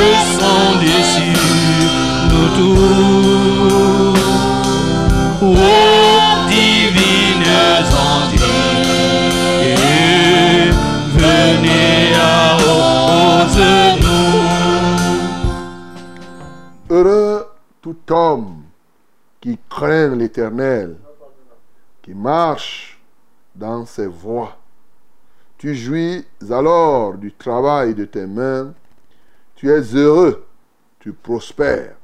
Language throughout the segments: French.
descendez sur nous tous. Ô divines entités, venez à nous. Heureux tout homme qui craint l'Éternel, qui marche dans ses voies. Tu jouis alors du travail de tes mains. Tu es heureux, tu prospères.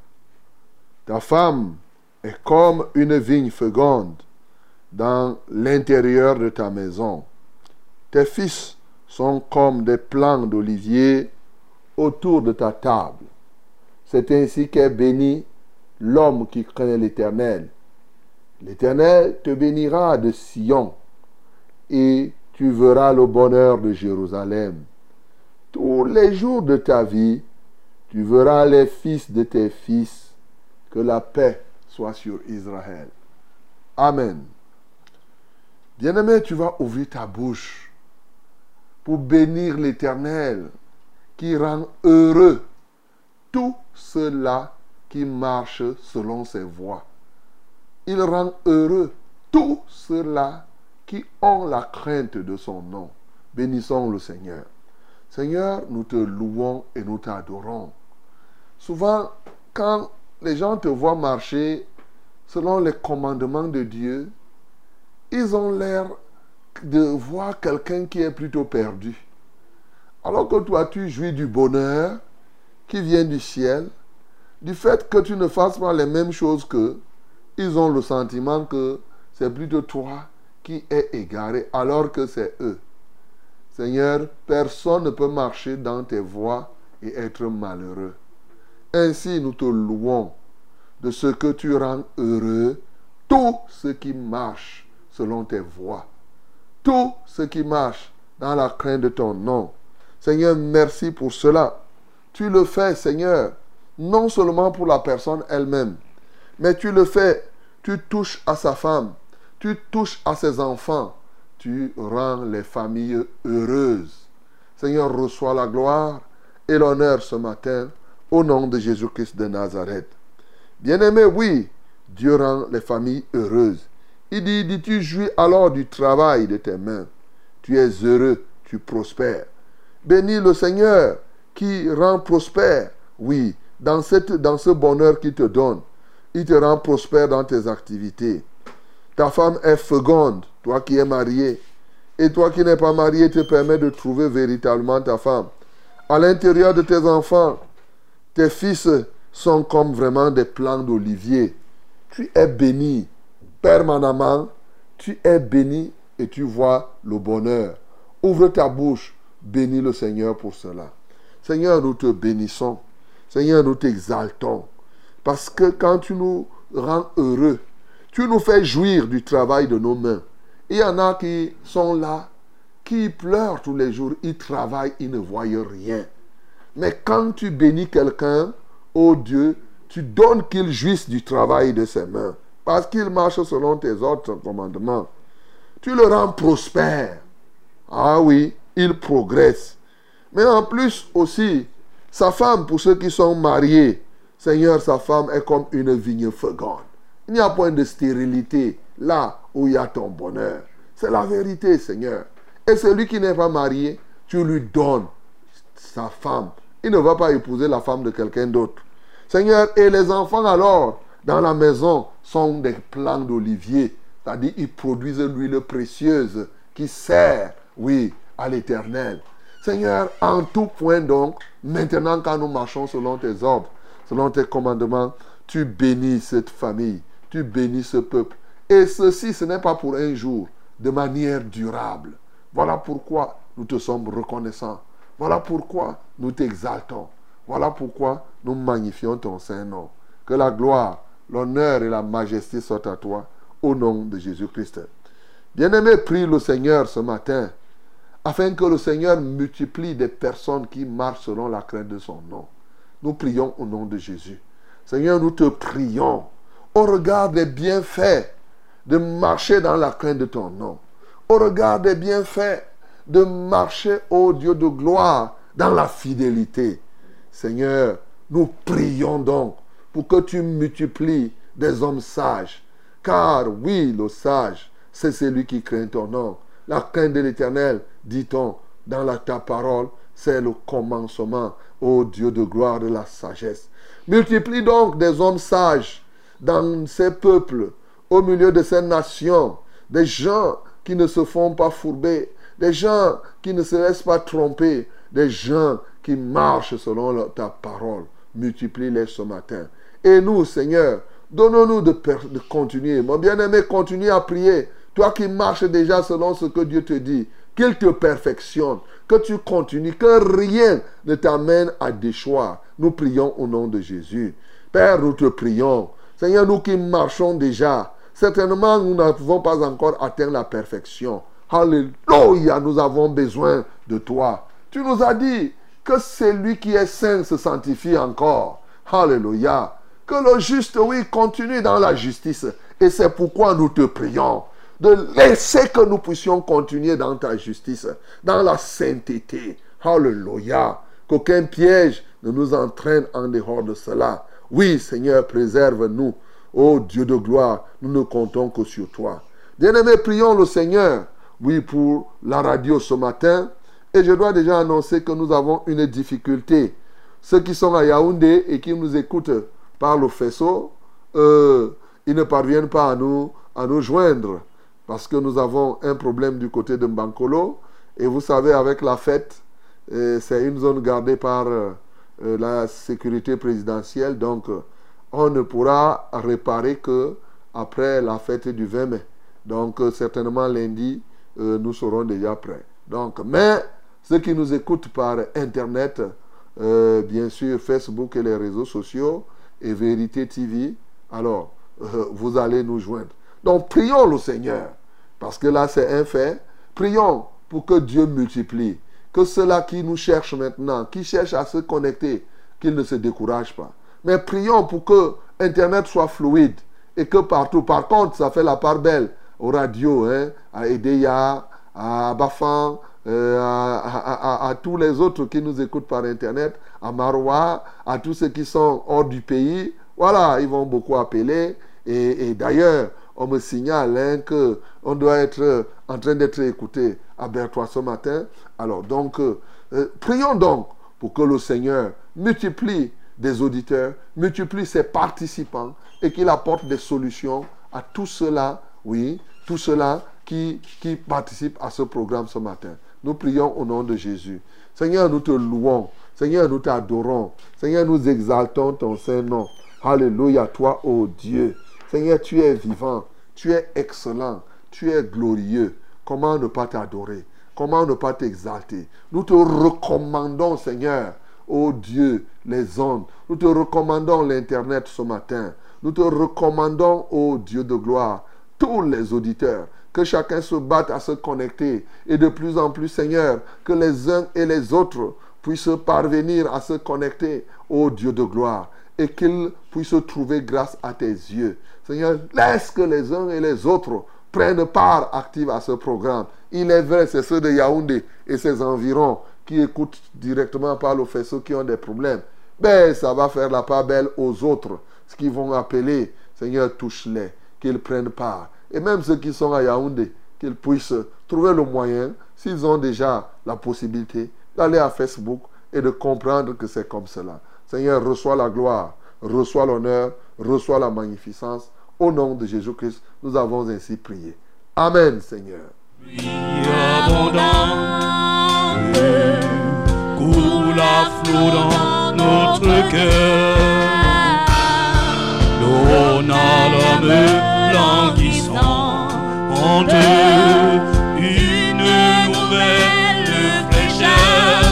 Ta femme est comme une vigne féconde dans l'intérieur de ta maison. Tes fils sont comme des plants d'olivier autour de ta table. C'est ainsi qu'est béni l'homme qui craint l'Éternel. L'Éternel te bénira de Sion et tu verras le bonheur de Jérusalem. Tous les jours de ta vie, tu verras les fils de tes fils. Que la paix soit sur Israël. Amen. Bien-aimé, tu vas ouvrir ta bouche pour bénir l'Éternel qui rend heureux tous ceux-là qui marchent selon ses voies. Il rend heureux tous ceux-là qui ont la crainte de son nom. Bénissons le Seigneur. Seigneur, nous te louons et nous t'adorons. Souvent, quand les gens te voient marcher selon les commandements de Dieu, ils ont l'air de voir quelqu'un qui est plutôt perdu. Alors que toi, tu jouis du bonheur qui vient du ciel, du fait que tu ne fasses pas les mêmes choses qu'eux. Ils ont le sentiment que c'est plutôt toi qui es égaré, alors que c'est eux. Seigneur, personne ne peut marcher dans tes voies et être malheureux. Ainsi, nous te louons de ce que tu rends heureux tous ceux qui marchent selon tes voies, tous ceux qui marchent dans la crainte de ton nom. Seigneur, merci pour cela. Tu le fais, Seigneur, non seulement pour la personne elle-même, mais tu le fais, tu touches à sa femme, tu touches à ses enfants, tu rends les familles heureuses. Seigneur, reçois la gloire et l'honneur ce matin, au nom de Jésus-Christ de Nazareth. Bien-aimé, oui, Dieu rend les familles heureuses. Il dit, tu jouis alors du travail de tes mains. Tu es heureux, tu prospères. Bénis le Seigneur qui rend prospère, oui, dans ce bonheur qu'il te donne. Il te rend prospère dans tes activités. Ta femme est féconde, toi qui es marié. Et toi qui n'es pas marié, te permet de trouver véritablement ta femme. À l'intérieur de tes enfants, tes fils sont comme vraiment des plants d'olivier. Tu es béni permanemment. Tu es béni et tu vois le bonheur. Ouvre ta bouche. Bénis le Seigneur pour cela. Seigneur, nous te bénissons. Seigneur, nous t'exaltons. Parce que quand tu nous rends heureux, tu nous fais jouir du travail de nos mains. Il y en a qui sont là, qui pleurent tous les jours. Ils travaillent, ils ne voient rien. Mais quand tu bénis quelqu'un, ô Dieu, tu donnes qu'il jouisse du travail de ses mains. Parce qu'il marche selon tes autres commandements. Tu le rends prospère. Ah oui, il progresse. Mais en plus aussi, sa femme, pour ceux qui sont mariés, Seigneur, sa femme est comme une vigne féconde. Il n'y a point de stérilité là où il y a ton bonheur. C'est la vérité, Seigneur. Et celui qui n'est pas marié, tu lui donnes sa femme. Il ne va pas épouser la femme de quelqu'un d'autre. Seigneur, et les enfants alors, dans la maison, sont des plants d'olivier. C'est-à-dire, ils produisent l'huile précieuse qui sert, oui, à l'Éternel. Seigneur, en tout point donc, maintenant quand nous marchons selon tes ordres, selon tes commandements, tu bénis cette famille, tu bénis ce peuple. Et ceci, ce n'est pas pour un jour, de manière durable. Voilà pourquoi nous te sommes reconnaissants. Voilà pourquoi nous t'exaltons. Voilà pourquoi nous magnifions ton Saint-Nom. Que la gloire, l'honneur et la majesté soient à toi, au nom de Jésus-Christ. Bien-aimé, prie le Seigneur ce matin, afin que le Seigneur multiplie des personnes qui marchent selon la crainte de son nom. Nous prions au nom de Jésus. Seigneur, nous te prions, au regard des bienfaits de marcher dans la crainte de ton nom, au regard des bienfaits de marcher, ô Dieu de gloire, dans la fidélité. Seigneur, nous prions donc pour que tu multiplies des hommes sages. Car oui, le sage, c'est celui qui craint ton nom. La crainte de l'Éternel, dit-on, dans ta parole, c'est le commencement, ô Dieu de gloire, de la sagesse. Multiplie donc des hommes sages dans ces peuples, au milieu de ces nations, des gens qui ne se font pas fourber, des gens qui ne se laissent pas tromper, des gens qui marchent selon ta parole. Multiplie-les ce matin. Et nous, Seigneur, donne-nous de continuer. Mon bien-aimé, continue à prier. Toi qui marches déjà selon ce que Dieu te dit, qu'il te perfectionne, que tu continues, que rien ne t'amène à déchoir. Nous prions au nom de Jésus. Père, nous te prions. Seigneur, nous qui marchons déjà, certainement nous n'avons pas encore atteint la perfection. Alléluia, nous avons besoin de toi. Tu nous as dit que celui qui est saint se sanctifie encore. Alléluia. Que le juste, oui, continue dans la justice. Et c'est pourquoi nous te prions de laisser que nous puissions continuer dans ta justice, dans la sainteté. Alléluia. Qu'aucun piège ne nous entraîne en dehors de cela. Oui, Seigneur, préserve-nous. Ô Dieu de gloire, nous ne comptons que sur toi. Bien-aimés, prions le Seigneur, oui, pour la radio ce matin. Et je dois déjà annoncer que nous avons une difficulté. Ceux qui sont à Yaoundé et qui nous écoutent par le faisceau, ils ne parviennent pas à nous joindre. Parce que nous avons un problème du côté de Mbankolo. Et vous savez, avec la fête, c'est une zone gardée par la sécurité présidentielle. Donc, on ne pourra réparer que après la fête du 20 mai. Donc, certainement lundi, nous serons déjà prêts. Donc, mais ceux qui nous écoutent par Internet, bien sûr, Facebook et les réseaux sociaux, et Vérité TV, alors, vous allez nous joindre. Donc, prions le Seigneur, parce que là, c'est un fait. Prions pour que Dieu multiplie. Que ceux-là qui nous cherchent maintenant, qui cherchent à se connecter, qu'ils ne se découragent pas. Mais prions pour que Internet soit fluide et que partout. Par contre, ça fait la part belle aux radios, à Edeya, à Bafan, à tous les autres qui nous écoutent par Internet, à Maroua, à tous ceux qui sont hors du pays. Voilà, ils vont beaucoup appeler. Et d'ailleurs, on me signale qu'on doit être en train d'être écouté à Bertois ce matin. Alors donc, prions donc pour que le Seigneur multiplie des auditeurs, multiplie ses participants et qu'il apporte des solutions à tous ceux-là, oui, tous ceux-là qui participent à ce programme ce matin. Nous prions au nom de Jésus. Seigneur, nous te louons. Seigneur, nous t'adorons. Seigneur, nous exaltons ton Saint-Nom. Alléluia, toi, ô Dieu. Seigneur, tu es vivant, tu es excellent, tu es glorieux. Comment ne pas t'adorer? Comment ne pas t'exalter? Nous te recommandons, Seigneur, ô Dieu, les ondes. Nous te recommandons l'Internet ce matin. Nous te recommandons, ô Dieu de gloire, tous les auditeurs. Que chacun se batte à se connecter. Et de plus en plus, Seigneur, que les uns et les autres puissent parvenir à se connecter, ô Dieu de gloire. Et qu'ils puissent trouver grâce à tes yeux. Seigneur, laisse que les uns et les autres prennent part active à ce programme. Il est vrai, c'est ceux de Yaoundé et ses environs qui écoutent directement par le faisceau qui ont des problèmes. Mais ça va faire la part belle aux autres. Ce qu'ils vont appeler, Seigneur, touche-les, qu'ils prennent part. Et même ceux qui sont à Yaoundé, qu'ils puissent trouver le moyen, s'ils ont déjà la possibilité, d'aller à Facebook et de comprendre que c'est comme cela. Seigneur, reçois la gloire, reçois l'honneur, reçois la magnificence. Au nom de Jésus-Christ, nous avons ainsi prié. Amen, Seigneur. Abondant, coule à flot dans notre cœur. Donne à l'homme languissant une nouvelle fraîcheur.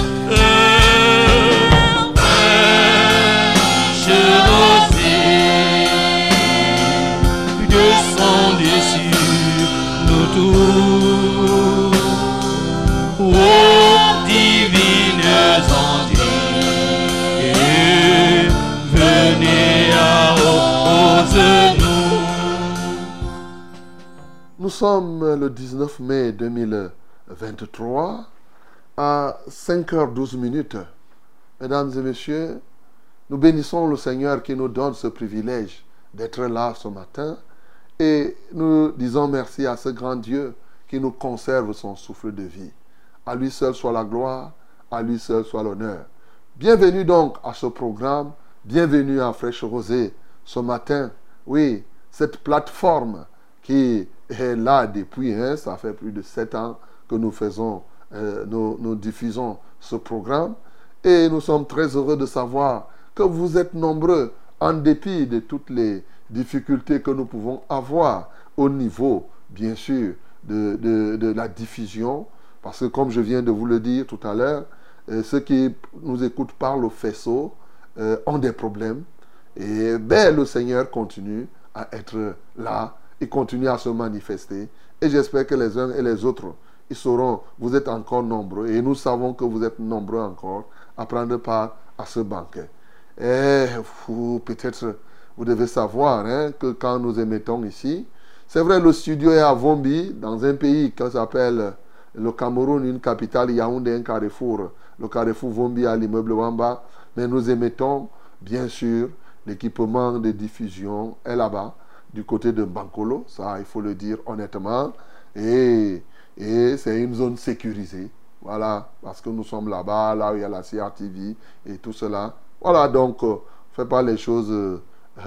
Nous sommes le 19 mai 2023 à 5h12. mesdames et messieurs, nous bénissons le Seigneur qui nous donne ce privilège d'être là ce matin. Et nous disons merci à ce grand Dieu qui nous conserve son souffle de vie. À lui seul soit la gloire, à lui seul soit l'honneur. Bienvenue donc à ce programme, bienvenue à Fraîche Rosée ce matin. Oui, cette plateforme qui est là depuis, ça fait plus de 7 ans que nous faisons, nous diffusons ce programme. Et nous sommes très heureux de savoir que vous êtes nombreux en dépit de toutes les difficultés que nous pouvons avoir au niveau, bien sûr, de la diffusion. Parce que comme je viens de vous le dire tout à l'heure, ceux qui nous écoutent par le faisceau ont des problèmes. Et le Seigneur continue à être là. Il continue à se manifester. Et j'espère que les uns et les autres, ils sauront, vous êtes encore nombreux. Et nous savons que vous êtes nombreux encore à prendre part à ce banquet. Et peut-être, vous devez savoir que quand nous émettons ici, c'est vrai, le studio est à Vombi, dans un pays qui s'appelle le Cameroun, une capitale, Yaoundé, un carrefour. Le carrefour Vombi à l'immeuble Wamba. Mais nous émettons, bien sûr, l'équipement de diffusion est là-bas, du côté de Bankolo, ça il faut le dire honnêtement. Et c'est une zone sécurisée. Voilà, parce que nous sommes là-bas, là où il y a la CRTV et tout cela. Voilà, donc, fais pas les choses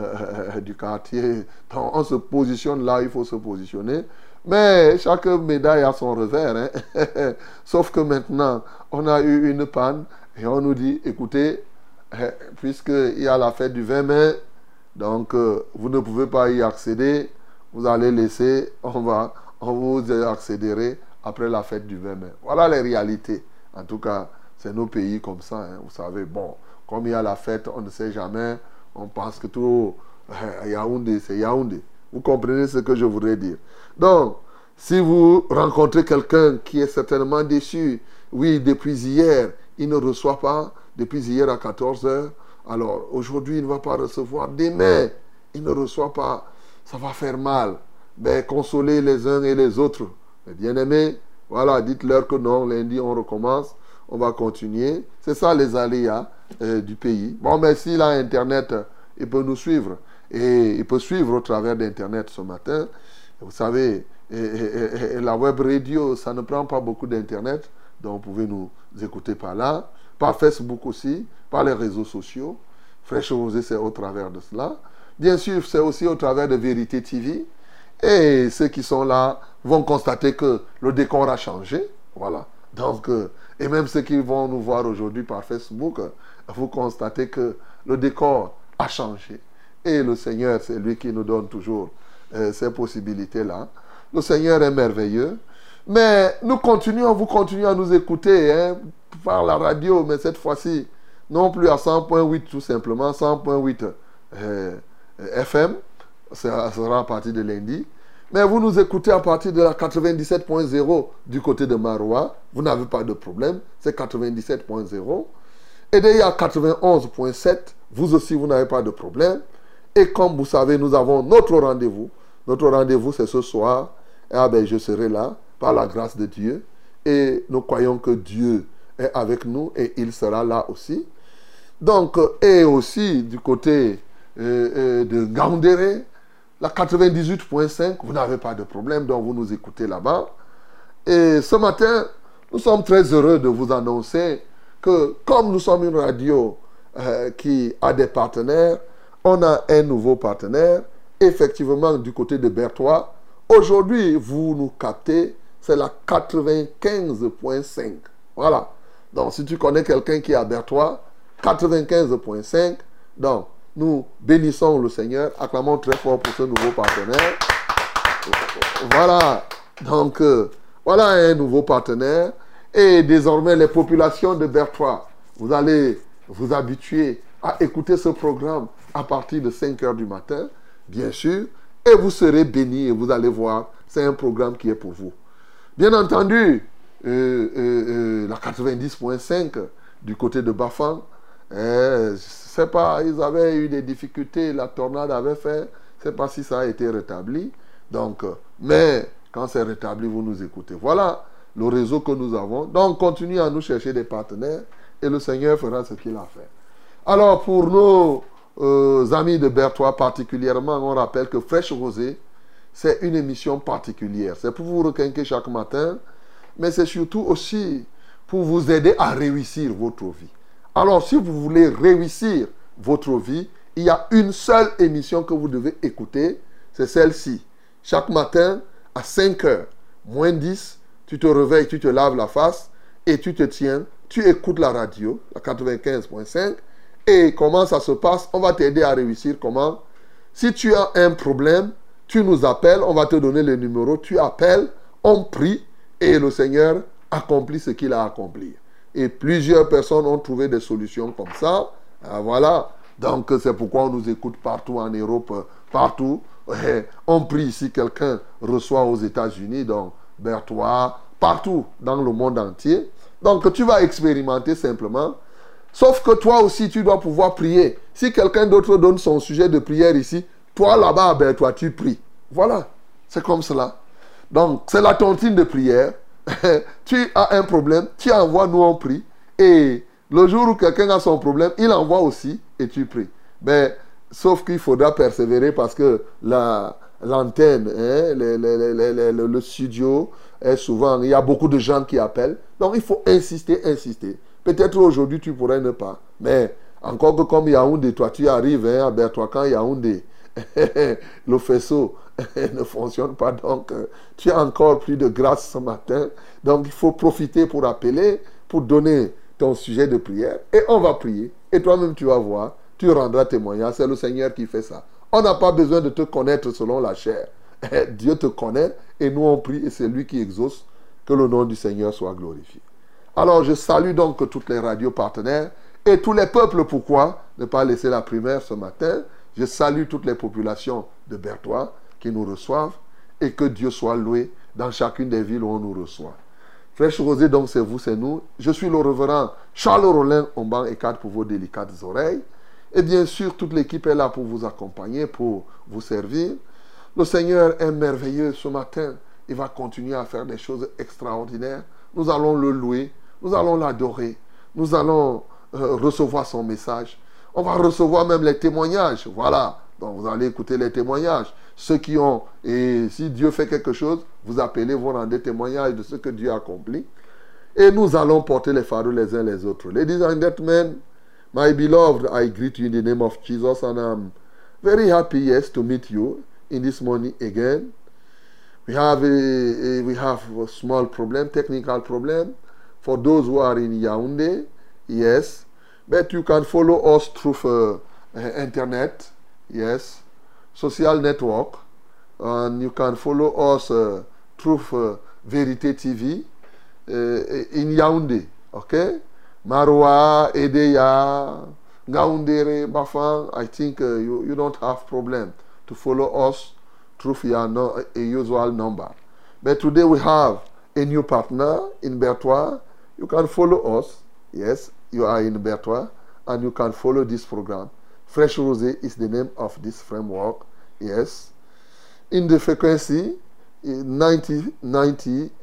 du quartier. Donc, on se positionne là, il faut se positionner. Mais chaque médaille a son revers. Sauf que maintenant, on a eu une panne et on nous dit, écoutez, puisqu'il y a la fête du 20 mai, donc vous ne pouvez pas y accéder, vous allez laisser, on vous accéderez après la fête du 20 mai. Voilà les réalités. En tout cas, c'est nos pays comme ça. Vous savez, bon, comme il y a la fête, on ne sait jamais. On pense que tout Yaoundé, c'est Yaoundé. Vous comprenez ce que je voudrais dire. Donc, si vous rencontrez quelqu'un qui est certainement déçu, oui, depuis hier, il ne reçoit pas, depuis hier à 14 h, alors aujourd'hui, il ne va pas recevoir. Demain, il ne reçoit pas. Ça va faire mal. Mais consolez les uns et les autres. Mais bien aimés, voilà, dites-leur que non, lundi, on recommence. On va continuer. C'est ça les aléas du pays. Bon, mais s'il a Internet, il peut nous suivre. Et il peut suivre au travers d'Internet ce matin. Vous savez, la web radio, ça ne prend pas beaucoup d'Internet. Donc, vous pouvez nous écouter par là. Par Facebook aussi, par les réseaux sociaux. Fraîche Rosée, c'est au travers de cela. Bien sûr, c'est aussi au travers de Vérité TV. Et ceux qui sont là vont constater que le décor a changé. Voilà. Donc, et même ceux qui vont nous voir aujourd'hui par Facebook, vous constatez que le décor a changé. Et le Seigneur, c'est lui qui nous donne toujours ces possibilités-là. Le Seigneur est merveilleux. Mais nous continuons, vous continuez à nous écouter par la radio, mais cette fois-ci, non plus à 100.8 tout simplement, 100.8 FM. Ça sera à partir de lundi. Mais vous nous écoutez à partir de la 97.0 du côté de Maroua. Vous n'avez pas de problème. C'est 97.0. Et il y a 91.7. Vous aussi, vous n'avez pas de problème. Et comme vous savez, nous avons notre rendez-vous. Notre rendez-vous, c'est ce soir. Et je serai là, par la grâce de Dieu. Et nous croyons que Dieu est avec nous et il sera là aussi. Donc, et aussi du côté de Gaoundéré, la 98.5, vous n'avez pas de problème, donc vous nous écoutez là-bas. Et ce matin, nous sommes très heureux de vous annoncer que comme nous sommes une radio qui a des partenaires, on a un nouveau partenaire, effectivement du côté de Berthois. Aujourd'hui, vous nous captez, c'est la 95.5. Voilà. Donc, si tu connais quelqu'un qui est à Berthois, 95.5, donc, nous bénissons le Seigneur, acclamons très fort pour ce nouveau partenaire. Voilà, donc voilà un nouveau partenaire. Et désormais, les populations de Berthois, vous allez vous habituer à écouter ce programme à partir de 5 h du matin, bien sûr, et vous serez bénis et vous allez voir, c'est un programme qui est pour vous. Bien entendu, la 90.5 du côté de Bafang, je ne sais pas, ils avaient eu des difficultés, la tornade avait fait, je ne sais pas si ça a été rétabli. Donc, mais quand c'est rétabli, vous nous écoutez. Voilà le réseau que nous avons. Donc, continuez à nous chercher des partenaires et le Seigneur fera ce qu'il a fait. Alors, pour nos amis de Berthois particulièrement, on rappelle que Fraîche Rosée, c'est une émission particulière. C'est pour vous requinquer chaque matin, mais c'est surtout aussi pour vous aider à réussir votre vie. Alors, si vous voulez réussir votre vie, il y a une seule émission que vous devez écouter, c'est celle-ci. Chaque matin, à 5 heures, moins 10, tu te réveilles, tu te laves la face et tu te tiens, tu écoutes la radio, la 95.5, et comment ça se passe, on va t'aider à réussir. Comment? Si tu as un problème, tu nous appelles, on va te donner le numéro, tu appelles, on prie et le Seigneur accomplit ce qu'il a accompli. Et plusieurs personnes ont trouvé des solutions comme ça. Voilà. Donc c'est pourquoi on nous écoute partout en Europe, partout. On prie si quelqu'un reçoit aux États-Unis, donc Berthois, partout dans le monde entier. Donc tu vas expérimenter simplement. Sauf que toi aussi, tu dois pouvoir prier. Si quelqu'un d'autre donne son sujet de prière ici, toi là-bas à Berthois, tu pries. Voilà, c'est comme cela. Donc, c'est la tontine de prière. Tu as un problème, tu envoies, nous on prie. Et le jour où quelqu'un a son problème, il envoie aussi et tu pries. Mais, sauf qu'il faudra persévérer parce que l'antenne, le studio, est souvent, il y a beaucoup de gens qui appellent. Donc, il faut insister, insister. Peut-être aujourd'hui, tu pourrais ne pas. Mais, encore que comme Yaoundé, toi, tu arrives à Berthois quand Yaoundé, le faisceau ne fonctionne pas. Donc, tu as encore plus de grâce ce matin. Donc, il faut profiter pour appeler, pour donner ton sujet de prière. Et on va prier. Et toi-même, tu vas voir, tu rendras témoignage. C'est le Seigneur qui fait ça. On n'a pas besoin de te connaître selon la chair. Dieu te connaît et nous on prie et c'est lui qui exauce. Que le nom du Seigneur soit glorifié. Alors, je salue donc toutes les radios partenaires et tous les peuples. Pourquoi ne pas laisser la primaire ce matin? Je salue toutes les populations de Berthois qui nous reçoivent et que Dieu soit loué dans chacune des villes où on nous reçoit. Fraîche Rosée, donc c'est vous, c'est nous. Je suis le révérend Charles Rollin, Omban et 4 pour vos délicates oreilles. Et bien sûr, toute l'équipe est là pour vous accompagner, pour vous servir. Le Seigneur est merveilleux ce matin. Il va continuer à faire des choses extraordinaires. Nous allons le louer, nous allons l'adorer, nous allons recevoir son message. On va recevoir même les témoignages. Voilà. Donc vous allez écouter les témoignages. Ceux qui ont, et si Dieu fait quelque chose, vous appelez, vous rendez témoignage de ce que Dieu a accompli. Et nous allons porter les fardeaux les uns les autres. Ladies and gentlemen, my beloved, I greet you in the name of Jesus and I'm very happy, yes, to meet you in this morning again. We have a small problem, technical problem for those who are in Yaoundé, yes. But you can follow us through internet, yes, social network, and you can follow us through Vérité TV in Yaoundé, okay? Marwa, Edeya, Ngaoundéré, Bafang, I think you don't have problem to follow us through your usual number. But today we have a new partner in Berthois. You can follow us, yes. You are in Berthois and you can follow this program. Fraîche Rosée is the name of this framework. Yes. In the frequency 95.5.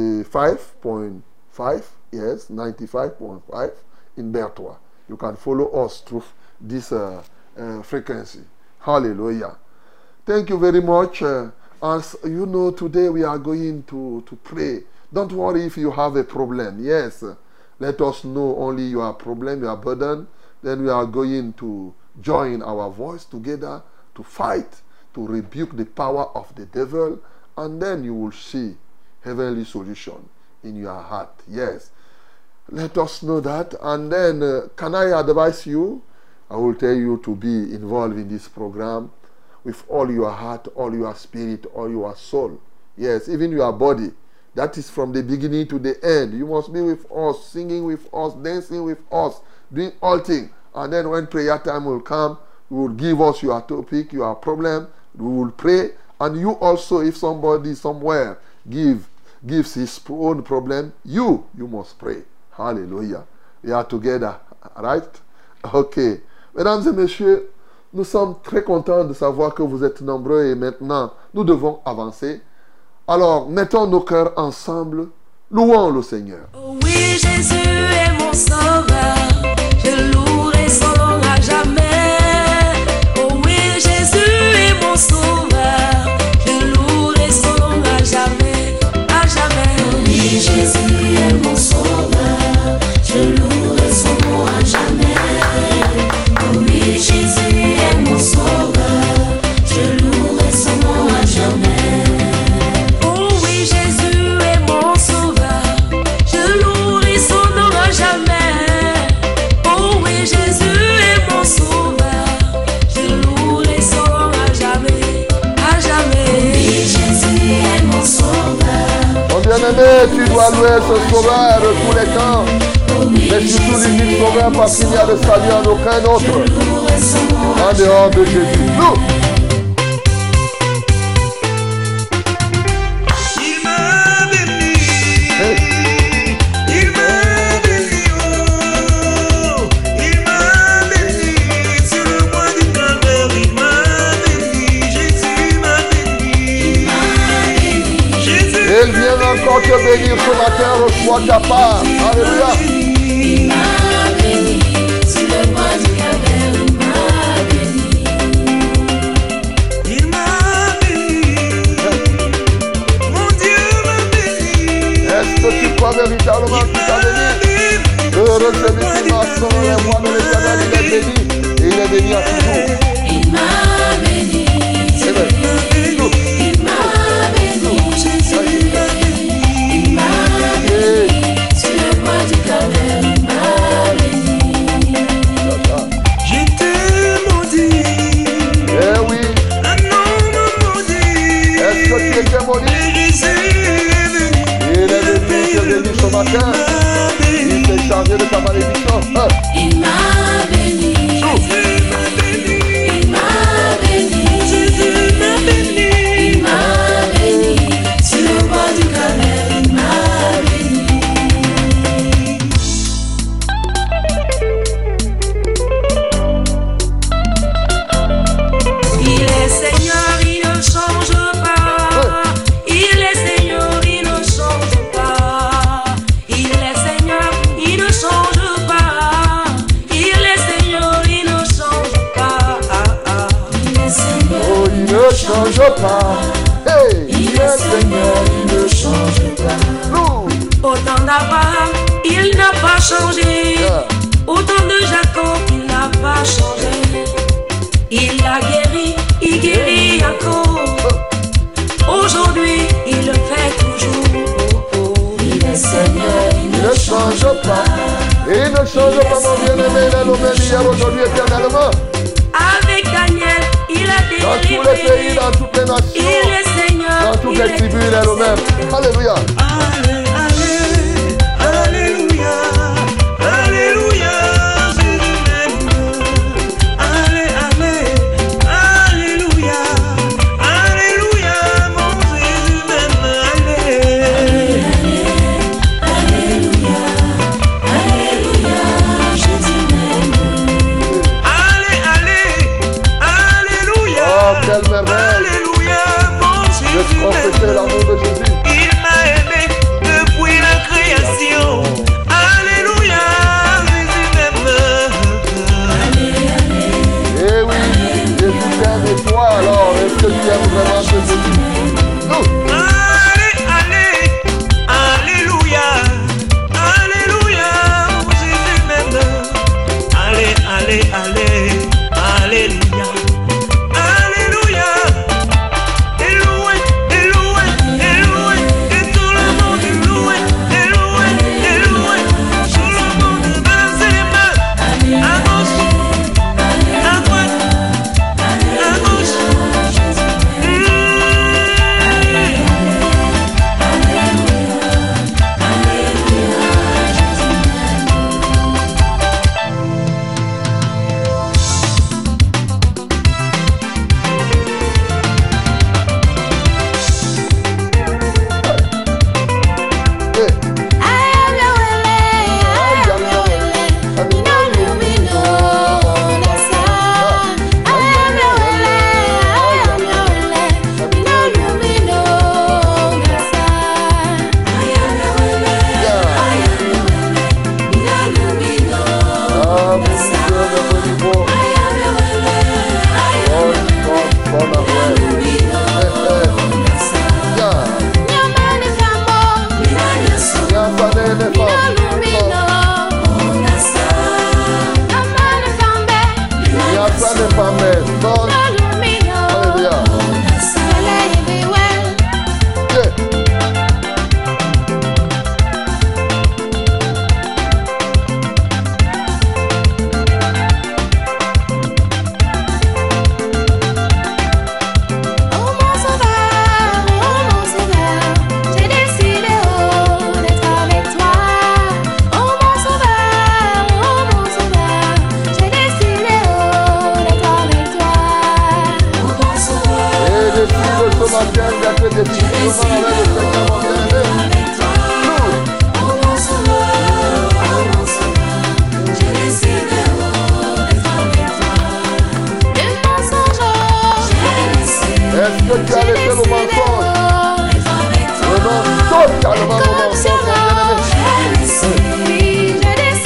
Yes, 95.5 in Berthois. You can follow us through this frequency. Hallelujah. Thank you very much. As you know, today we are going to pray. Don't worry if you have a problem. Yes. Let us know only your problem, your burden. Then we are going to join our voice together to fight, to rebuke the power of the devil. And then you will see heavenly solution in your heart. Yes. Let us know that. And then can I advise you? I will tell you to be involved in this program with all your heart, all your spirit, all your soul. Yes, even your body. That is from the beginning to the end. You must be with us, singing with us, dancing with us, doing all things. And then when prayer time will come, you will give us your topic, your problem. We will pray. And you also, if somebody somewhere gives his own problem, you must pray. Hallelujah. We are together. Right? Ok. Mesdames et messieurs, nous sommes très contents de savoir que vous êtes nombreux et maintenant, nous devons avancer. Alors, mettons nos cœurs ensemble, louons le Seigneur. Oui, Jésus est mon sauveur. dois louer ce sauveur de tous les temps. Mais surtout l'unique sauveur parce qu'il n'y a de salut en aucun autre. En dehors de Jésus. Nous. Il vient encore te bénir ce matin, reçois ta part. Alléluia. Il m'a béni, sur le bois du Calvaire, il m'a béni. Il m'a béni, mon Dieu m'a béni. Est-ce que tu crois véritablement qu'il t'a béni? Heureux celui qui marche selon les voies de l'Éternel, il est béni. Et il est béni à toujours. Il m'a béni, il m'a béni, Jésus m'a béni. Il m'a béni, sur le bois du Calvaire, il m'a béni. J'étais maudit. Eh oui. Un homme maudit. Est-ce que tu étais maudit? Il est venu te bénir ce matin. Il s'est chargé de ta malédiction. Il m'a béni. Jésus m'a béni. Il m'a béni. Jésus m'a béni. Il m'a béni. Sur le bois du Calvaire, il m'a béni. Il est Seigneur, il ne change pas. Il est Seigneur, il ne change pas. Il est Seigneur, il ne change pas. Il est Seigneur, il ne change pas. Il est Seigneur, Oh, il ne change pas. Hey, il est Seigneur, il ne change pas. nous. Au temps d'Abraham, il n'a pas changé. Au temps de Jacob, il n'a pas changé. Il a guéri, il guérit encore. Aujourd'hui, il le fait toujours. Il est Seigneur, il Il ne change pas. Et il ne change pas, mon bien-aimé. Il est le même hier, aujourd'hui, éternellement. Avec Daniel, il a Dans tous les pays, délivré. dans toutes les Il nations, est Seigneur, dans toutes il les est tribus, il est le même. Alléluia. Alléluia, Alléluia, Jésus m'aime. Alléluia, Alléluia, mon Jésus m'aime. Alléluia, Jésus m'aime. Alléluia, Oh, quelle merveille Alléluia, mon de Jésus confesser m'aime. l'amour de Jésus. Il m'a aimé depuis la création. Alléluia, Jésus m'aime. Eh oui, Jésus t'aime et toi, alors, est-ce que tu aimes vraiment ce Jésus? Nous. Alléluia, Alléluia, Jésus m'aime. Alléluia, Alléluia. Éloué, éloué, éloué, et tout le monde éloué, éloué, éloué. Tout le monde balancer les mains, à gauche, à droite, à gauche. rencontrer définitivement avec le Seigneur, mon bien-aimé. Est-ce que tu as laissé le mensonge? Renonce totalement au mensonge, mon bien-aimé.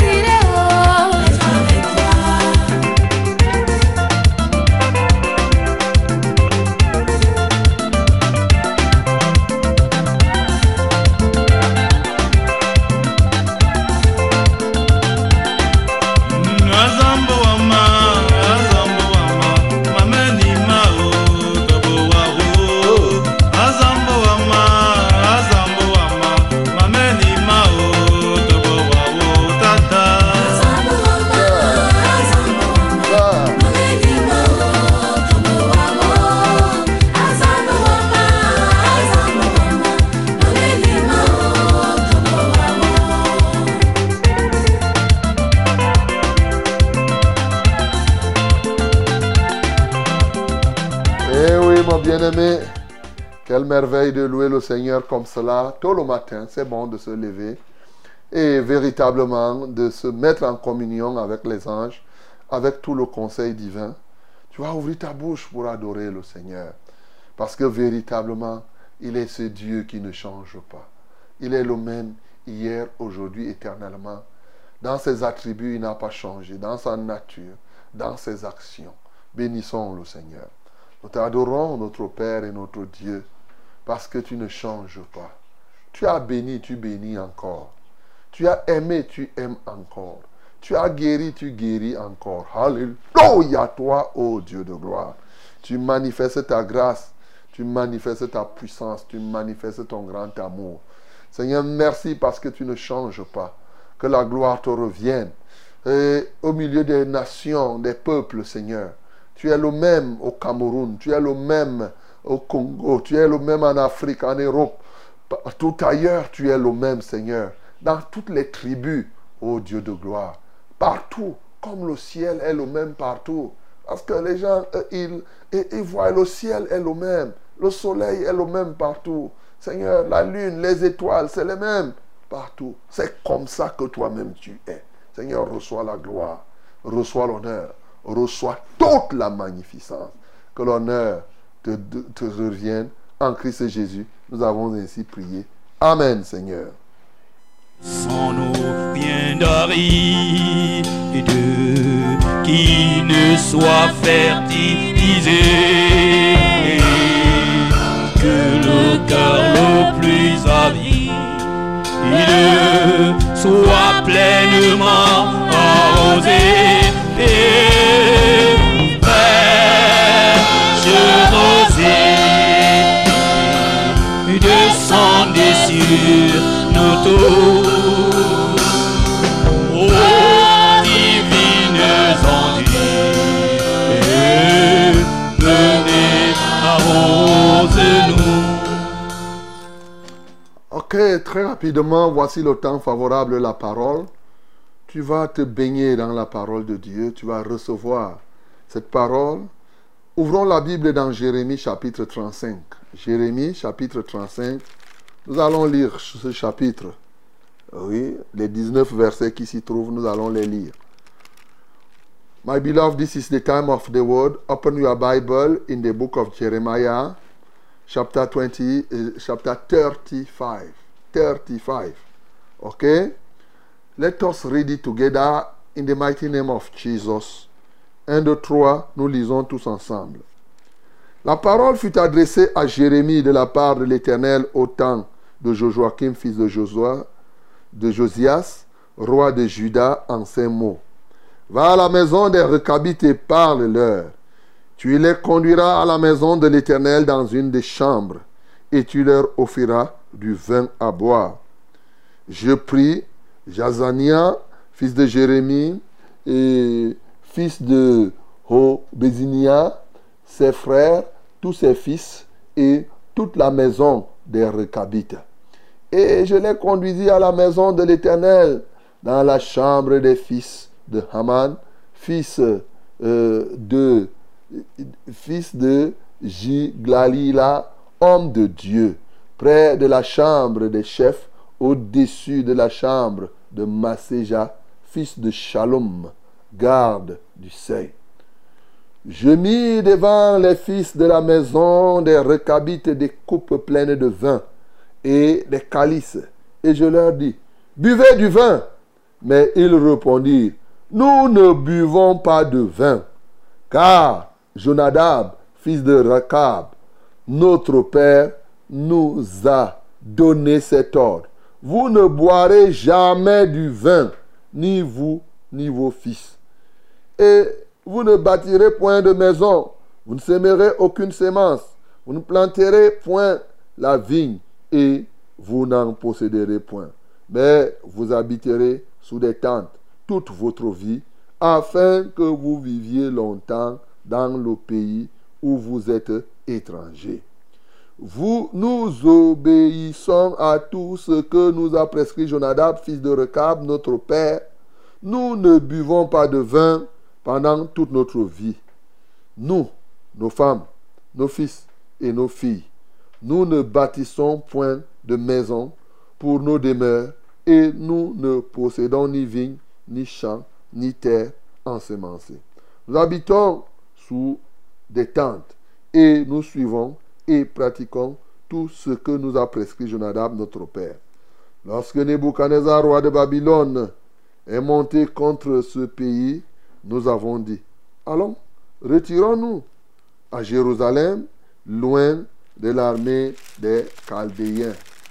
Bien-aimé, quelle merveille de louer le Seigneur comme cela, tôt le matin, c'est bon de se lever et véritablement de se mettre en communion avec les anges, avec tout le conseil divin. Tu vas ouvrir ta bouche pour adorer le Seigneur, parce que véritablement, il est ce Dieu qui ne change pas. Il est le même hier, aujourd'hui, éternellement. Dans ses attributs, il n'a pas changé, dans sa nature, dans ses actions. Bénissons le Seigneur. Nous t'adorons, notre Père et notre Dieu, parce que tu ne changes pas. Tu as béni, tu bénis encore. Tu as aimé, tu aimes encore. Tu as guéri, tu guéris encore. Alléluia, toi, ô Dieu de gloire. Tu manifestes ta grâce, tu manifestes ta puissance, tu manifestes ton grand amour. Seigneur, merci parce que tu ne changes pas. Que la gloire te revienne. Et au milieu des nations, des peuples, Seigneur. Tu es le même au Cameroun, tu es le même au Congo, tu es le même en Afrique, en Europe, partout ailleurs, tu es le même, Seigneur. Dans toutes les tribus, ô Dieu de gloire, partout, comme le ciel est le même partout. Parce que les gens, ils voient le ciel est le même, le soleil est le même partout. Seigneur, la lune, les étoiles, c'est les mêmes partout. C'est comme ça que toi-même tu es. Seigneur, reçois la gloire, reçois l'honneur. Reçois toute la magnificence. Que l'honneur te revienne en Christ Jésus. Nous avons ainsi prié. Amen, Seigneur. Sans nos biens d'arides qui ne soient fertilisés, que le cœur le plus avide soit pleinement arrosé. Descendez sur nous tous, ô divines ondes, venez arrose-nous. Ok, très rapidement, voici le temps favorable de la parole. Tu vas te baigner dans la parole de Dieu, tu vas recevoir cette parole. Ouvrons la Bible dans Jérémie chapitre 35. Jérémie chapitre 35. Nous allons lire ce chapitre. Oui, les 19 versets qui s'y trouvent, nous allons les lire. My beloved, this is the time of the word. Open your Bible in the book of Jeremiah, chapter 35. 35. Okay? Let us read it together in the mighty name of Jesus. 1, 2, 3, nous lisons tous ensemble. La parole fut adressée à Jérémie de la part de l'Éternel au temps de Joachim, fils de Josias, roi de Juda, en ces mots. Va à la maison des Rechabites et parle-leur. Tu les conduiras à la maison de l'Éternel dans une des chambres, et tu leur offriras du vin à boire. Je pris Jazania, fils de Jérémie, et fils de Hobézinia, ses frères, tous ses fils et toute la maison des Rechabites. Et je les conduisis à la maison de l'Éternel, dans la chambre des fils de Haman, fils de Jiglalila, homme de Dieu, près de la chambre des chefs, au-dessus de la chambre de Masséja, fils de Shalom, garde du seuil. Je mis devant les fils de la maison des recabites des coupes pleines de vin et des calices, et je leur dis, buvez du vin. Mais ils répondirent, nous ne buvons pas de vin, car Jonadab, fils de Rekab, notre père, nous a donné cet ordre. Vous ne boirez jamais du vin, ni vous, ni vos fils. Et vous ne bâtirez point de maison, vous ne sèmerez aucune sémence, vous ne planterez point la vigne, et vous n'en posséderez point. Mais vous habiterez sous des tentes toute votre vie, afin que vous viviez longtemps dans le pays où vous êtes étrangers. Nous obéissons à tout ce que nous a prescrit Jonadab, fils de Rekab, notre père. Nous ne buvons pas de vin pendant toute notre vie. Nous, nos femmes, nos fils et nos filles, nous ne bâtissons point de maison pour nos demeures, et nous ne possédons ni vignes, ni champs, ni terre ensemencée. Nous habitons sous des tentes, et nous suivons et pratiquons tout ce que nous a prescrit Jonadab, notre père. Lorsque Nebuchadnezzar, roi de Babylone, est monté contre ce pays, nous avons dit, allons, retirons-nous à Jérusalem, loin de l'armée des Chaldéens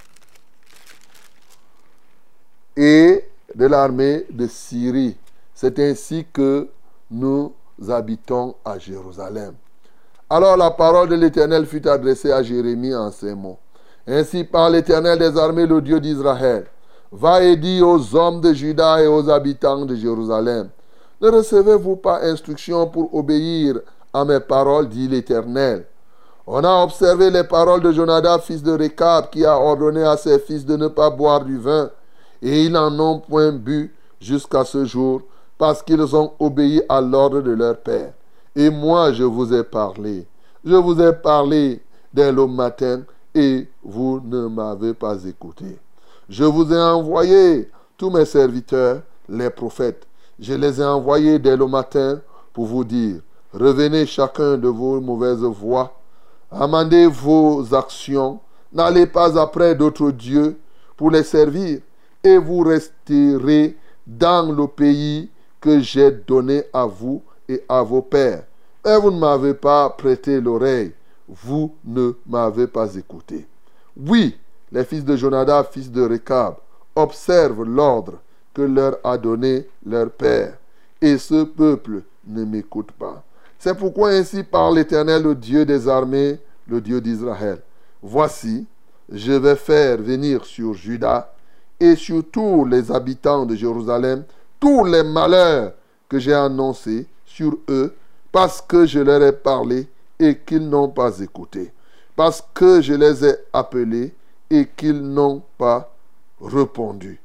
et de l'armée de Syrie. C'est ainsi que nous habitons à Jérusalem. Alors la parole de l'Éternel fut adressée à Jérémie en ces mots. Ainsi parle l'Éternel des armées, le Dieu d'Israël. Va et dis aux hommes de Juda et aux habitants de Jérusalem, ne recevez-vous pas instruction pour obéir à mes paroles, dit l'Éternel. On a observé les paroles de Jonadab, fils de Rekab, qui a ordonné à ses fils de ne pas boire du vin, et ils n'en ont point bu jusqu'à ce jour, parce qu'ils ont obéi à l'ordre de leur père. Et moi, je vous ai parlé. Je vous ai parlé dès le matin, et vous ne m'avez pas écouté. Je vous ai envoyé tous mes serviteurs, les prophètes. Je les ai envoyés dès le matin pour vous dire, revenez chacun de vos mauvaises voies, amendez vos actions, n'allez pas après d'autres dieux pour les servir, et vous resterez dans le pays que j'ai donné à vous et à vos pères. Mais vous ne m'avez pas prêté l'oreille, vous ne m'avez pas écouté. Oui, les fils de Jonadab, fils de Rekab, observent l'ordre que leur a donné leur père, et ce peuple ne m'écoute pas. C'est pourquoi ainsi parle l'Éternel, le Dieu des armées, le Dieu d'Israël. Voici, je vais faire venir sur Juda et sur tous les habitants de Jérusalem tous les malheurs que j'ai annoncés sur eux, parce que je leur ai parlé et qu'ils n'ont pas écouté, parce que je les ai appelés et qu'ils n'ont pas répondu.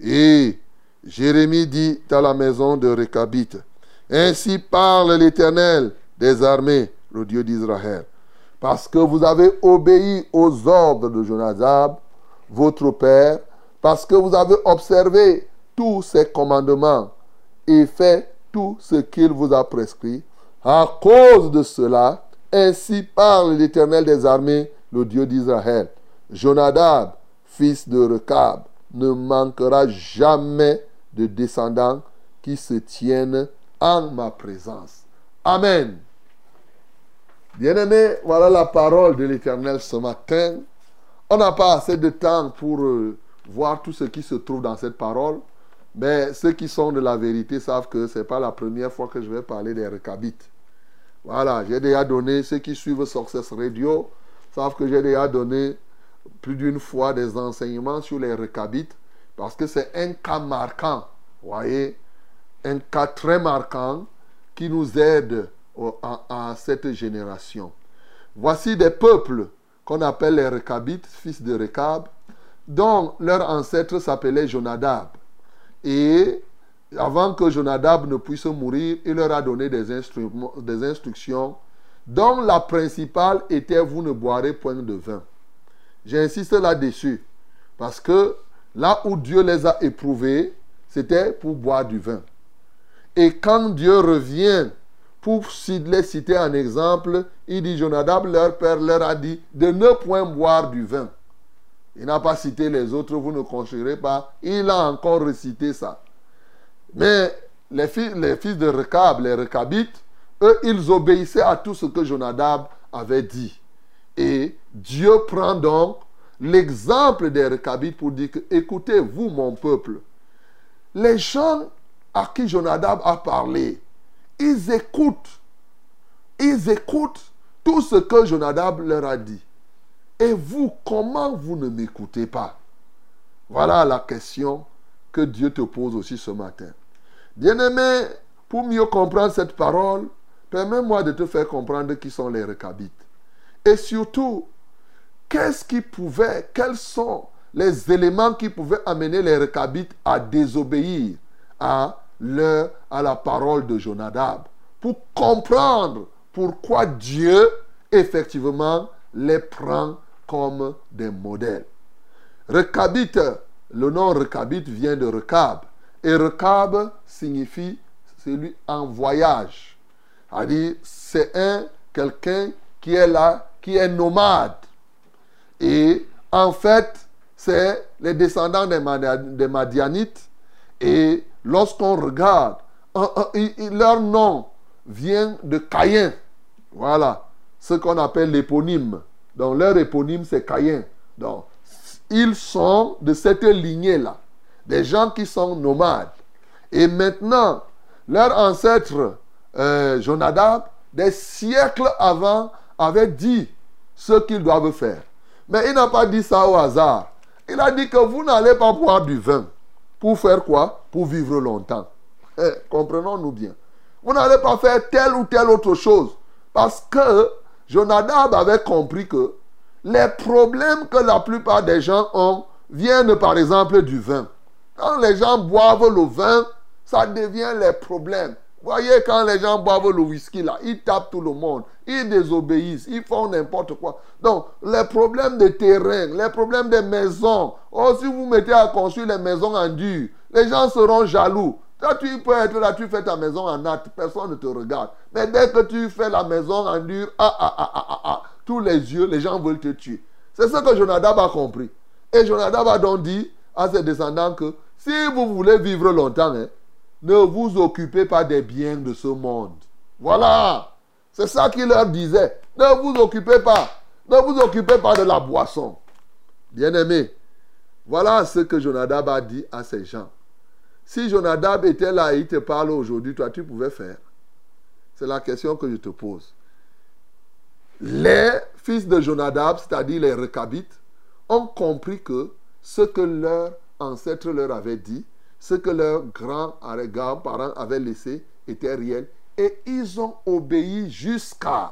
Et Jérémie dit à la maison de Rekabite, ainsi parle l'Éternel des armées, le Dieu d'Israël, parce que vous avez obéi aux ordres de Jonadab, votre père, parce que vous avez observé tous ses commandements et fait tout ce qu'il vous a prescrit. À cause de cela, ainsi parle l'Éternel des armées, le Dieu d'Israël. Jonadab, fils de Rekab, ne manquera jamais de descendants qui se tiennent en ma présence. Amen. Bien-aimés, voilà la parole de l'Éternel ce matin. On n'a pas assez de temps pour voir tout ce qui se trouve dans cette parole, mais ceux qui sont de la vérité savent que ce n'est pas la première fois que je vais parler des Recabites. Voilà, j'ai déjà donné, ceux qui suivent Success Radio savent que j'ai déjà donné plus d'une fois des enseignements sur les Recabites, parce que c'est un cas marquant, vous voyez, un cas très marquant qui nous aide à cette génération. Voici des peuples qu'on appelle les Recabites, fils de Rekab, dont leur ancêtre s'appelait Jonadab. Et avant que Jonadab ne puisse mourir, il leur a donné des instructions dont la principale était « Vous ne boirez point de vin ». J'insiste là-dessus, parce que là où Dieu les a éprouvés, c'était pour boire du vin. Et quand Dieu revient pour les citer en exemple, il dit, Jonadab, leur père, leur a dit de ne point boire du vin. Il n'a pas cité les autres, vous ne construirez pas. Il a encore recité ça. Mais les fils de Rekab, les Rekabites, eux, ils obéissaient à tout ce que Jonadab avait dit. Et Dieu prend donc l'exemple des Rekabites pour dire que, écoutez, vous, mon peuple, les gens à qui Jonadab a parlé, ils écoutent tout ce que Jonadab leur a dit. Et vous, comment vous ne m'écoutez pas? Voilà la question que Dieu te pose aussi ce matin. Bien-aimé, pour mieux comprendre cette parole, permets-moi de te faire comprendre qui sont les Rekabites. Et surtout, quels sont les éléments qui pouvaient amener les Rekabites à désobéir à la parole de Jonadab, pour comprendre pourquoi Dieu, effectivement, les prend comme des modèles. Rekabite, le nom Rekabite vient de Rekab. Et Rekab signifie celui en voyage. C'est-à-dire, c'est quelqu'un qui est là, qui est nomade. Et en fait, c'est les descendants des Madianites. Et lorsqu'on regarde, leur nom vient de Caïn. Voilà, ce qu'on appelle l'éponyme. Donc leur éponyme, c'est Caïn. Donc, ils sont de cette lignée-là. Des gens qui sont nomades. Et maintenant, leur ancêtre Jonadab, des siècles avant, avait dit ce qu'ils doivent faire. Mais il n'a pas dit ça au hasard. Il a dit que vous n'allez pas boire du vin. Pour faire quoi? Pour vivre longtemps. Comprenons-nous bien. Vous n'allez pas faire telle ou telle autre chose. Parce que Jonadab avait compris que les problèmes que la plupart des gens ont viennent par exemple du vin. Quand les gens boivent le vin, ça devient les problèmes. Vous voyez, quand les gens boivent le whisky, là, ils tapent tout le monde, ils désobéissent, ils font n'importe quoi. Donc, les problèmes de terrain, les problèmes des maisons, si vous mettez à construire les maisons en dur, les gens seront jaloux. Toi, tu peux être là, tu fais ta maison en natte, personne ne te regarde. Mais dès que tu fais la maison en dur, tous les yeux, les gens veulent te tuer. C'est ce que Jonadab a compris. Et Jonadab a donc dit à ses descendants que si vous voulez vivre longtemps, ne vous occupez pas des biens de ce monde. Voilà. C'est ça qu'il leur disait. Ne vous occupez pas. Ne vous occupez pas de la boisson. Bien-aimé, voilà ce que Jonadab a dit à ces gens. Si Jonadab était là et il te parle aujourd'hui, toi, tu pouvais faire. C'est la question que je te pose. Les fils de Jonadab, c'est-à-dire les Rekabites, ont compris que ce que leurs ancêtres leur avaient dit, ce que leurs grands-parents avaient laissé était réel. Et ils ont obéi jusqu'à...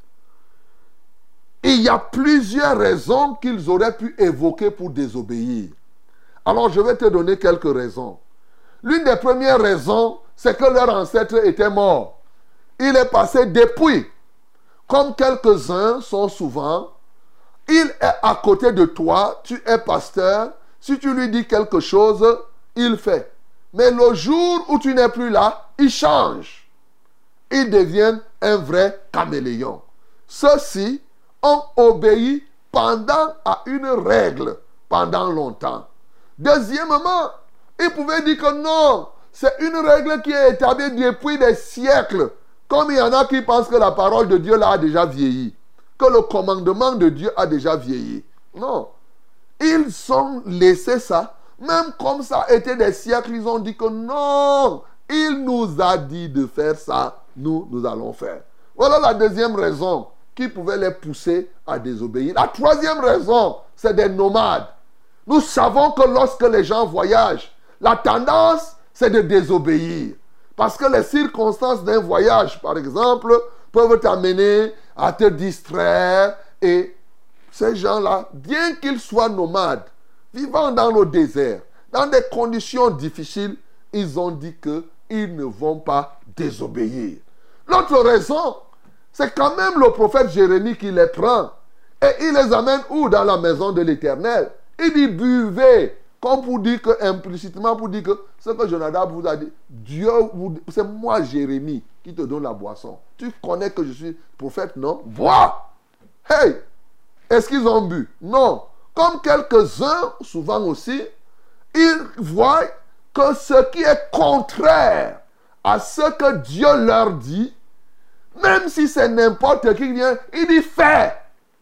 Il y a plusieurs raisons qu'ils auraient pu évoquer pour désobéir. Alors, je vais te donner quelques raisons. L'une des premières raisons, c'est que leur ancêtre était mort. Il est passé depuis. Comme quelques-uns sont souvent, il est à côté de toi, tu es pasteur. Si tu lui dis quelque chose, il fait. Mais le jour où tu n'es plus là, il change. Il devient un vrai caméléon. Ceux-ci ont obéi à une règle pendant longtemps. Deuxièmement, ils pouvaient dire que non, c'est une règle qui est établie depuis des siècles. Comme il y en a qui pensent que la parole de Dieu là a déjà vieilli, que le commandement de Dieu a déjà vieilli. Non. Ils ont laissé ça. Même comme ça a été des siècles, ils ont dit que non, il nous a dit de faire ça, nous allons faire. Voilà la deuxième raison qui pouvait les pousser à désobéir. La troisième raison, c'est des nomades. Nous savons que lorsque les gens voyagent, la tendance, c'est de désobéir. Parce que les circonstances d'un voyage, par exemple, peuvent t'amener à te distraire. Et ces gens-là, bien qu'ils soient nomades, vivant dans le désert, dans des conditions difficiles, ils ont dit qu'ils ne vont pas désobéir. L'autre raison, C'est quand même le prophète Jérémie qui les prend. Et il les amène où? Dans la maison de l'Éternel. Il dit buvez. Comme pour dire que, implicitement, pour dire que ce que Jonadab vous a dit, Dieu vous, c'est moi Jérémie qui te donne la boisson. Tu connais que je suis prophète, non? Bois! Hey! Est-ce qu'ils ont bu? Non. Comme quelques-uns, souvent aussi, ils voient que ce qui est contraire à ce que Dieu leur dit, même si c'est n'importe qui vient, il dit fais.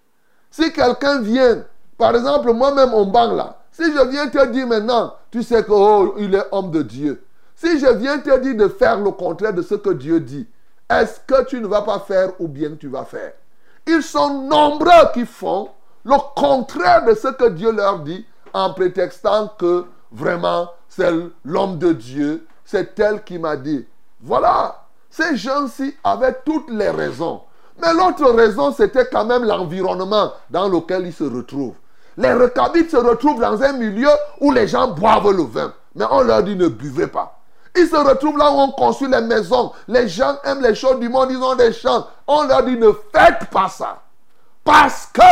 Si quelqu'un vient, par exemple, moi-même, on banque là, si je viens te dire maintenant, tu sais que oh, il est homme de Dieu. Si je viens te dire de faire le contraire de ce que Dieu dit, est-ce que tu ne vas pas faire ou bien tu vas faire? Ils sont nombreux qui font le contraire de ce que Dieu leur dit en prétextant que vraiment c'est l'homme de Dieu, c'est elle qui m'a dit. Voilà, ces gens-ci avaient toutes les raisons. Mais l'autre raison, c'était quand même l'environnement dans lequel ils se retrouvent. Les Rechabites se retrouvent dans un milieu où les gens boivent le vin. Mais on leur dit ne buvez pas. Ils se retrouvent là où on construit les maisons. Les gens aiment les choses du monde, ils ont des champs. On leur dit ne faites pas ça. Parce que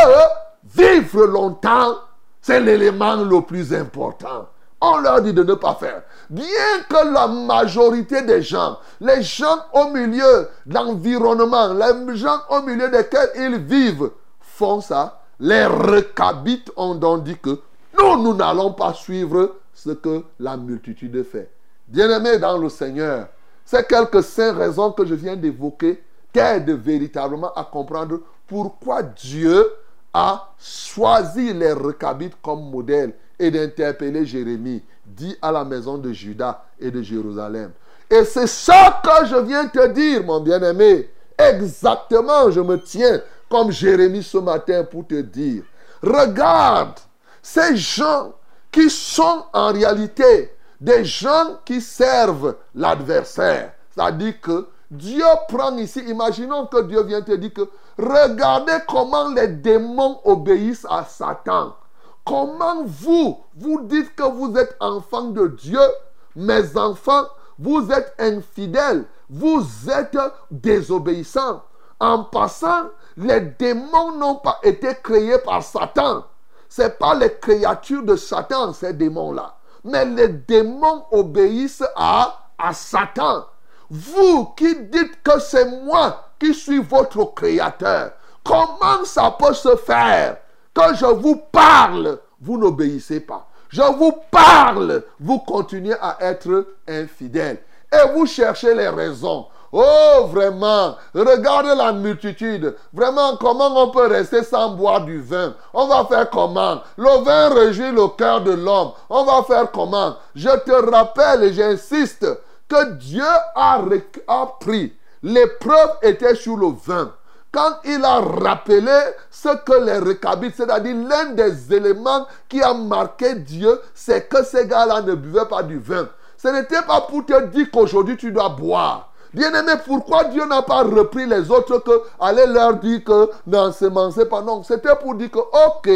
vivre longtemps, c'est l'élément le plus important. On leur dit de ne pas faire. Bien que la majorité des gens, les gens au milieu de l'environnement, les gens au milieu desquels ils vivent, font ça, les Rechabites ont donc dit que nous n'allons pas suivre ce que la multitude fait. Bien-aimés dans le Seigneur, ces quelques 5 raisons que je viens d'évoquer t'aident véritablement à comprendre pourquoi Dieu a choisi les Rechabites comme modèle et d'interpeller Jérémie, dit à la maison de Juda et de Jérusalem. Et c'est ça que je viens te dire, mon bien-aimé. Exactement, je me tiens comme Jérémie ce matin pour te dire. Regarde, ces gens qui sont en réalité des gens qui servent l'adversaire. C'est-à-dire que Dieu prend ici, imaginons que Dieu vient te dire que regardez comment les démons obéissent à Satan. Comment vous dites que vous êtes enfants de Dieu, mes enfants, vous êtes infidèles, vous êtes désobéissants. En passant, les démons n'ont pas été créés par Satan. Ce n'est pas les créatures de Satan, ces démons-là. Mais les démons obéissent à Satan. Vous qui dites que c'est moi qui suis votre créateur, comment ça peut se faire que je vous parle, vous n'obéissez pas? Je vous parle, vous continuez à être infidèles. Et vous cherchez les raisons. Oh, vraiment, regardez la multitude. Vraiment, comment on peut rester sans boire du vin? On va faire comment? Le vin réjouit le cœur de l'homme. On va faire comment? Je te rappelle et j'insiste que Dieu a pris. L'épreuve était sur le vin. Quand il a rappelé ce que les Rechabites, c'est-à-dire l'un des éléments qui a marqué Dieu, c'est que ces gars-là ne buvaient pas du vin. Ce n'était pas pour te dire qu'aujourd'hui tu dois boire. Bien-aimé, pourquoi Dieu n'a pas repris les autres que allez leur dire que n'ensemencez pas? Non, c'était pour dire que, ok,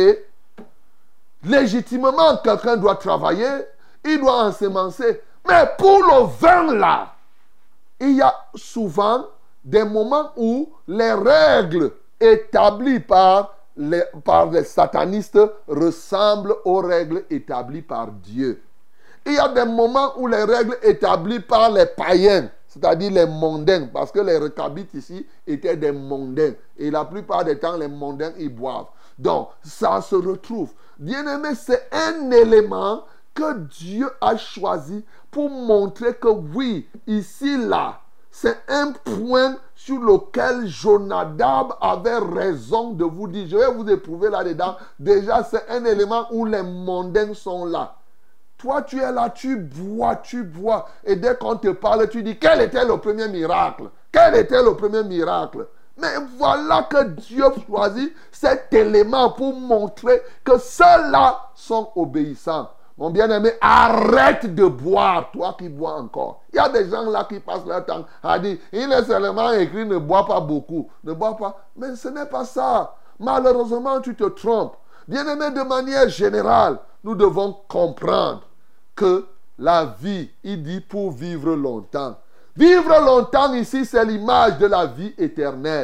légitimement, quelqu'un doit travailler, il doit ensemencer. Mais pour le vin là, il y a souvent des moments où les règles établies par les satanistes ressemblent aux règles établies par Dieu. Il y a des moments où les règles établies par les païens, c'est-à-dire les mondains, parce que les Rechabites ici étaient des mondains. Et la plupart des temps, les mondains, ils boivent. Donc, ça se retrouve. Bien-aimé, c'est un élément que Dieu a choisi pour montrer que oui, ici, là, c'est un point sur lequel Jonadab avait raison de vous dire. Je vais vous éprouver là-dedans. Déjà, c'est un élément où les mondains sont là. Toi, tu es là, tu bois. Et dès qu'on te parle, tu dis, quel était le premier miracle? Quel était le premier miracle? Mais voilà que Dieu choisit cet élément pour montrer que ceux-là sont obéissants. Mon bien-aimé, arrête de boire, toi qui bois encore. Il y a des gens là qui passent leur temps à dire, il est seulement écrit, ne bois pas beaucoup. Ne bois pas. Mais ce n'est pas ça. Malheureusement, tu te trompes. Bien-aimé, de manière générale, nous devons comprendre que la vie, il dit pour vivre longtemps. Vivre longtemps ici, c'est l'image de la vie éternelle.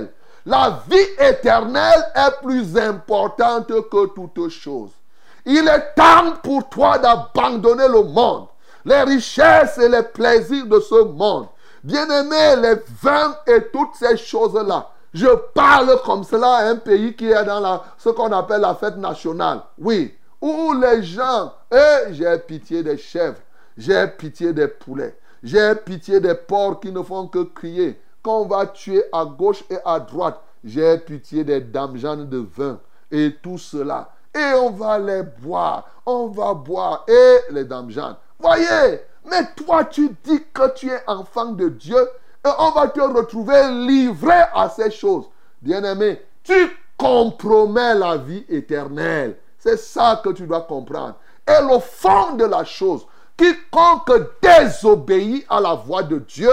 La vie éternelle est plus importante que toute chose. Il est temps pour toi d'abandonner le monde, les richesses et les plaisirs de ce monde. Bien-aimé, les vins et toutes ces choses-là. Je parle comme cela à un pays qui est dans ce qu'on appelle la fête nationale. Oui, où les gens, j'ai pitié des chèvres, j'ai pitié des poulets, j'ai pitié des porcs qui ne font que crier. Qu'on va tuer à gauche et à droite, j'ai pitié des damjans de vin et tout cela. Et on va les boire, on va boire, et les damjans. Voyez, mais toi tu dis que tu es enfant de Dieu et on va te retrouver livré à ces choses. Bien-aimé, tu compromets la vie éternelle. C'est ça que tu dois comprendre. Et le fond de la chose, quiconque désobéit à la voix de Dieu,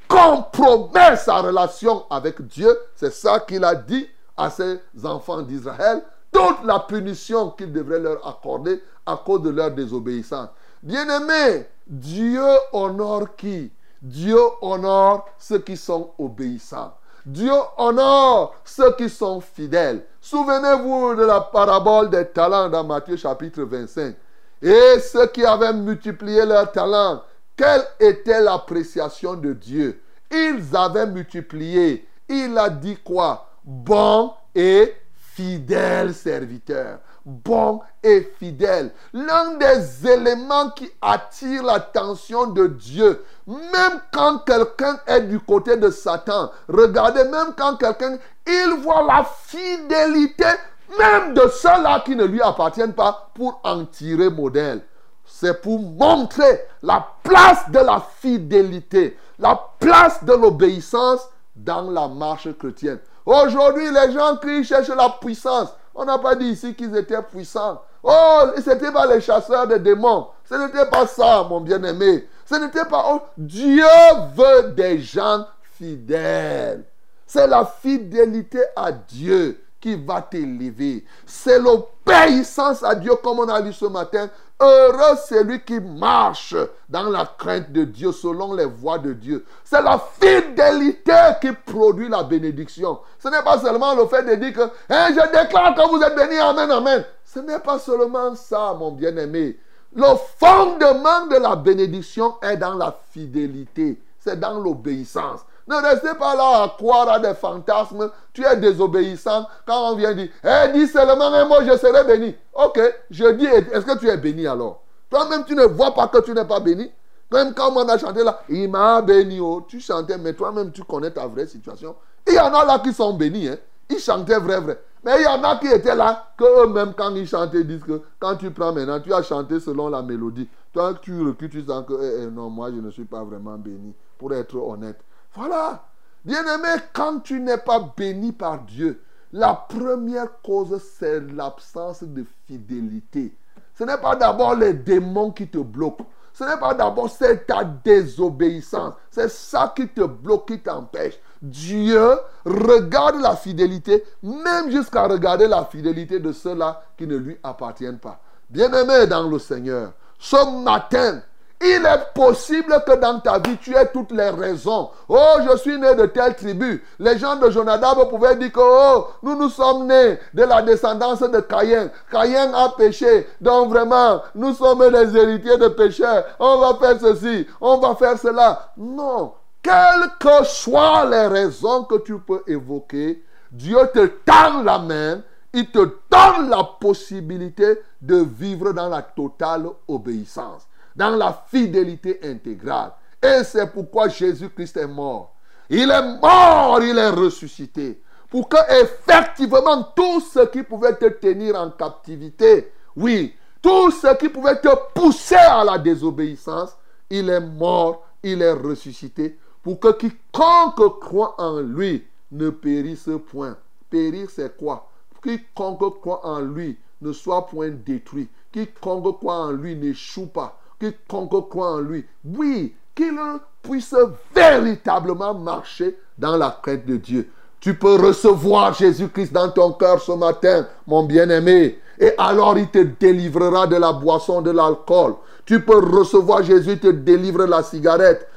compromet sa relation avec Dieu. C'est ça qu'il a dit à ses enfants d'Israël. Toute la punition qu'il devrait leur accorder à cause de leur désobéissance. Bien-aimés, Dieu honore qui? Dieu honore ceux qui sont obéissants. Dieu honore ceux qui sont fidèles. Souvenez-vous de la parabole des talents dans Matthieu chapitre 25. Et ceux qui avaient multiplié leurs talents, quelle était l'appréciation de Dieu? Ils avaient multiplié. Il a dit quoi? Bon et fidèle serviteur. Bon et fidèle. L'un des éléments qui attire l'attention de Dieu, même quand quelqu'un est du côté de Satan, regardez, même quand quelqu'un, il voit la fidélité même de ceux-là qui ne lui appartiennent pas pour en tirer modèle. C'est pour montrer la place de la fidélité, la place de l'obéissance dans la marche chrétienne. Aujourd'hui, les gens qui cherchent la puissance, on n'a pas dit ici qu'ils étaient puissants. Oh, ce n'était pas les chasseurs de démons. Ce n'était pas ça, mon bien-aimé. Ce n'était pas... Oh, Dieu veut des gens fidèles. C'est la fidélité à Dieu qui va t'élever. C'est l'obéissance à Dieu, comme on a lu ce matin. Heureux celui qui marche dans la crainte de Dieu, selon les voies de Dieu. C'est la fidélité qui produit la bénédiction. Ce n'est pas seulement le fait de dire que je déclare que vous êtes bénis, amen, amen. Ce n'est pas seulement ça, mon bien-aimé. Le fondement de la bénédiction est dans la fidélité. C'est dans l'obéissance. Ne restez pas là à croire à des fantasmes. Tu es désobéissant. Quand on vient dire, dis seulement un mot, je serai béni. Ok, je dis, est-ce que tu es béni alors? Toi-même, tu ne vois pas que tu n'es pas béni. Même quand on a chanté là, il m'a béni. Oh, tu chantais, mais toi-même, tu connais ta vraie situation. Il y en a là qui sont bénis. Hein. Ils chantaient vrai. Mais il y en a qui étaient là, qu'eux-mêmes, quand ils chantaient, disent que quand tu prends maintenant, tu as chanté selon la mélodie. Toi, tu recules, tu sens que non, moi, je ne suis pas vraiment béni. Pour être honnête. Voilà. Bien-aimé, quand tu n'es pas béni par Dieu, la première cause, c'est l'absence de fidélité. Ce n'est pas d'abord les démons qui te bloquent. Ce n'est pas d'abord c'est ta désobéissance. C'est ça qui te bloque, qui t'empêche. Dieu regarde la fidélité, même jusqu'à regarder la fidélité de ceux-là qui ne lui appartiennent pas. Bien-aimé dans le Seigneur, ce matin, il est possible que dans ta vie, tu aies toutes les raisons. Oh, je suis né de telle tribu. Les gens de Jonadab pouvaient dire que, oh, nous sommes nés de la descendance de Caïn. Caïn a péché. Donc vraiment, nous sommes des héritiers de pécheurs. On va faire ceci, on va faire cela. Non. Quelles que soient les raisons que tu peux évoquer, Dieu te tend la main. Il te donne la possibilité de vivre dans la totale obéissance, dans la fidélité intégrale. Et c'est pourquoi Jésus-Christ est mort. Il est mort, il est ressuscité. Pour que effectivement tout ce qui pouvait te tenir en captivité, oui, tout ce qui pouvait te pousser à la désobéissance, il est mort, il est ressuscité. Pour que quiconque croit en lui ne périsse point. Périr, c'est quoi? Quiconque croit en lui ne soit point détruit. Quiconque croit en lui n'échoue pas. Quiconque croit en lui, oui, qu'il puisse véritablement marcher dans la crainte de Dieu. Tu peux recevoir Jésus-Christ dans ton cœur ce matin, mon bien-aimé, et alors il te délivrera de la boisson, de l'alcool. Tu peux recevoir Jésus, il te délivre de la cigarette,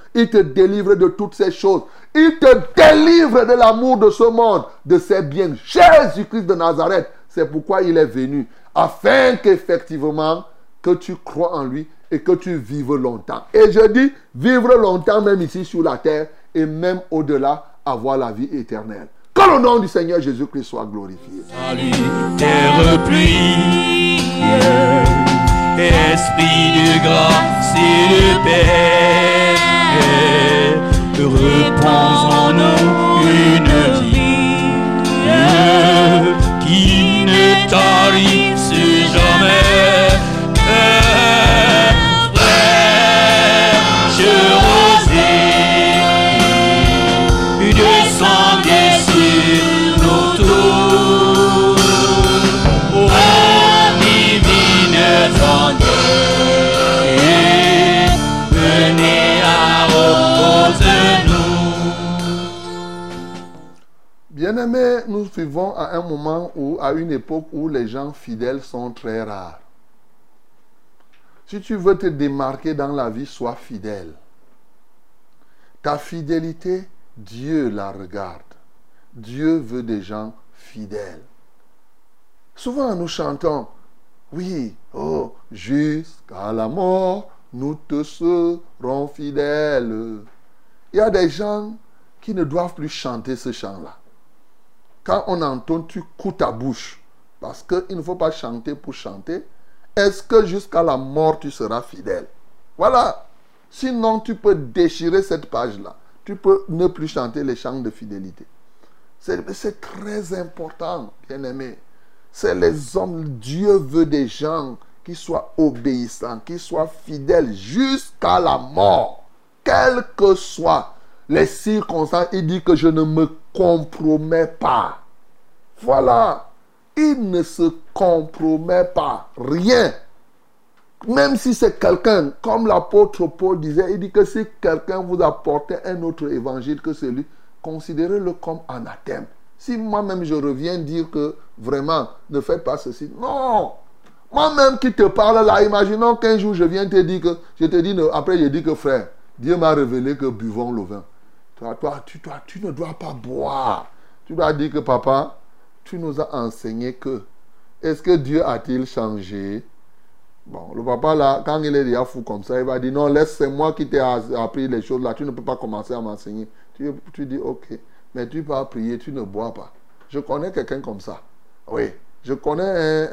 Il te délivre de toutes ces choses. Il te délivre de l'amour de ce monde, de ses biens. Jésus-Christ de Nazareth, c'est pourquoi il est venu. Afin qu'effectivement, que tu crois en lui et que tu vives longtemps. Et je dis, vivre longtemps même ici sur la terre et même au-delà, avoir la vie éternelle. Que le nom du Seigneur Jésus-Christ soit glorifié. Salut, terre pluie, esprit de grâce et de paix, repose en nous une vie qui ne tarisse jamais. Frère, je rosée, descendez sur nos tours, ô divine tendresse, venez à repose-nous. Bien-aimés, nous vivons à un moment où, à une époque où les gens fidèles sont très rares. Si tu veux te démarquer dans la vie, sois fidèle. Ta fidélité, Dieu la regarde. Dieu veut des gens fidèles. Souvent nous chantons, oui, oh, jusqu'à la mort, nous te serons fidèles. Il y a des gens qui ne doivent plus chanter ce chant-là. Quand on entend, tu couds ta bouche. Parce qu'il ne faut pas chanter pour chanter. Est-ce que jusqu'à la mort, tu seras fidèle? Voilà. Sinon, tu peux déchirer cette page-là. Tu peux ne plus chanter les chants de fidélité. C'est très important, bien-aimé. C'est les hommes. Dieu veut des gens qui soient obéissants, qui soient fidèles jusqu'à la mort. Quelles que soient les circonstances, il dit que je ne me compromets pas. Voilà. Il ne se compromet pas. Rien. Même si c'est quelqu'un, comme l'apôtre Paul disait, il dit que si quelqu'un vous apporte un autre évangile que celui, considérez-le comme anathème. Si moi-même je reviens dire que vraiment, ne faites pas ceci. Non. Moi-même qui te parle là, imaginons qu'un jour je viens te dire que, je te dis, après je dis que frère, Dieu m'a révélé que buvons le vin. Tu ne dois pas boire. Tu dois dire que papa, tu nous as enseigné que, est-ce que Dieu a-t-il changé? Bon, le papa là, quand il est déjà fou comme ça, il va dire, non, laisse, c'est moi qui t'ai appris les choses là, tu ne peux pas commencer à m'enseigner. Tu dis, ok, mais tu vas prier, tu ne bois pas. Je connais quelqu'un comme ça. Oui, je connais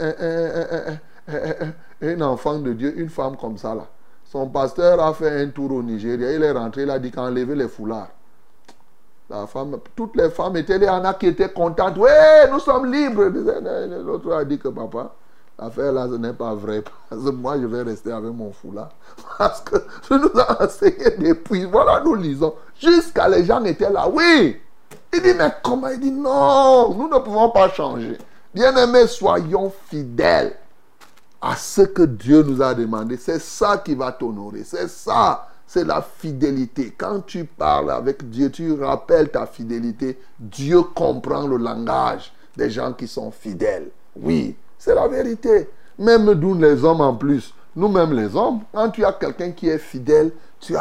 un enfant de Dieu, une femme comme ça là. Son pasteur a fait un tour au Nigeria, il est rentré, il a dit qu'enlever les foulards. La femme, toutes les femmes étaient là, il y en a qui étaient contentes. Oui, nous sommes libres. L'autre a dit que papa, l'affaire là, ce n'est pas vrai. Parce que moi, je vais rester avec mon foulard. Parce que je nous ai enseigné depuis. Voilà, nous lisons. Jusqu'à les gens étaient là. Oui. Il dit, mais comment? Il dit, non, nous ne pouvons pas changer. Bien-aimés, soyons fidèles à ce que Dieu nous a demandé. C'est ça qui va t'honorer. C'est ça. C'est la fidélité. Quand tu parles avec Dieu, tu rappelles ta fidélité. Dieu comprend le langage des gens qui sont fidèles. Oui, c'est la vérité. Même nous les hommes en plus. Nous-mêmes les hommes, quand tu as quelqu'un qui est fidèle, tu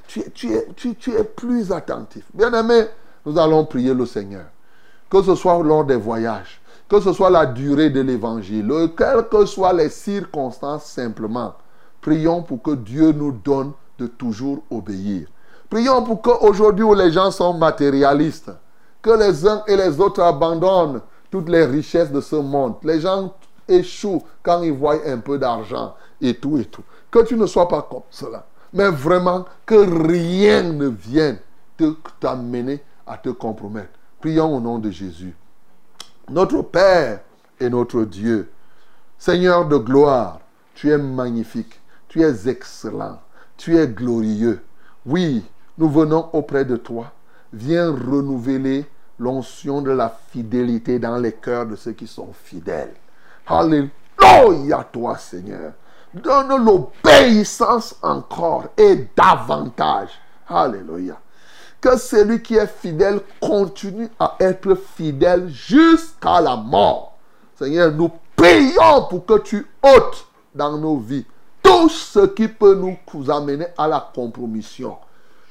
es plus attentif. Bien-aimé, nous allons prier le Seigneur. Que ce soit lors des voyages, que ce soit la durée de l'évangile, quelles que soient les circonstances simplement, prions pour que Dieu nous donne de toujours obéir. Prions pour qu'aujourd'hui où les gens sont matérialistes, que les uns et les autres abandonnent toutes les richesses de ce monde. Les gens échouent quand ils voient un peu d'argent et tout et tout. Que tu ne sois pas comme cela. Mais vraiment que rien ne vienne t'amener à te compromettre. Prions au nom de Jésus. Notre Père et notre Dieu, Seigneur de gloire, tu es magnifique, tu es excellent. Tu es glorieux. Oui, nous venons auprès de toi. Viens renouveler l'onction de la fidélité dans les cœurs de ceux qui sont fidèles. Alléluia toi, Seigneur. Donne l'obéissance encore et davantage. Alléluia. Que celui qui est fidèle continue à être fidèle jusqu'à la mort. Seigneur, nous prions pour que tu ôtes dans nos vies tout ce qui peut nous amener à la compromission.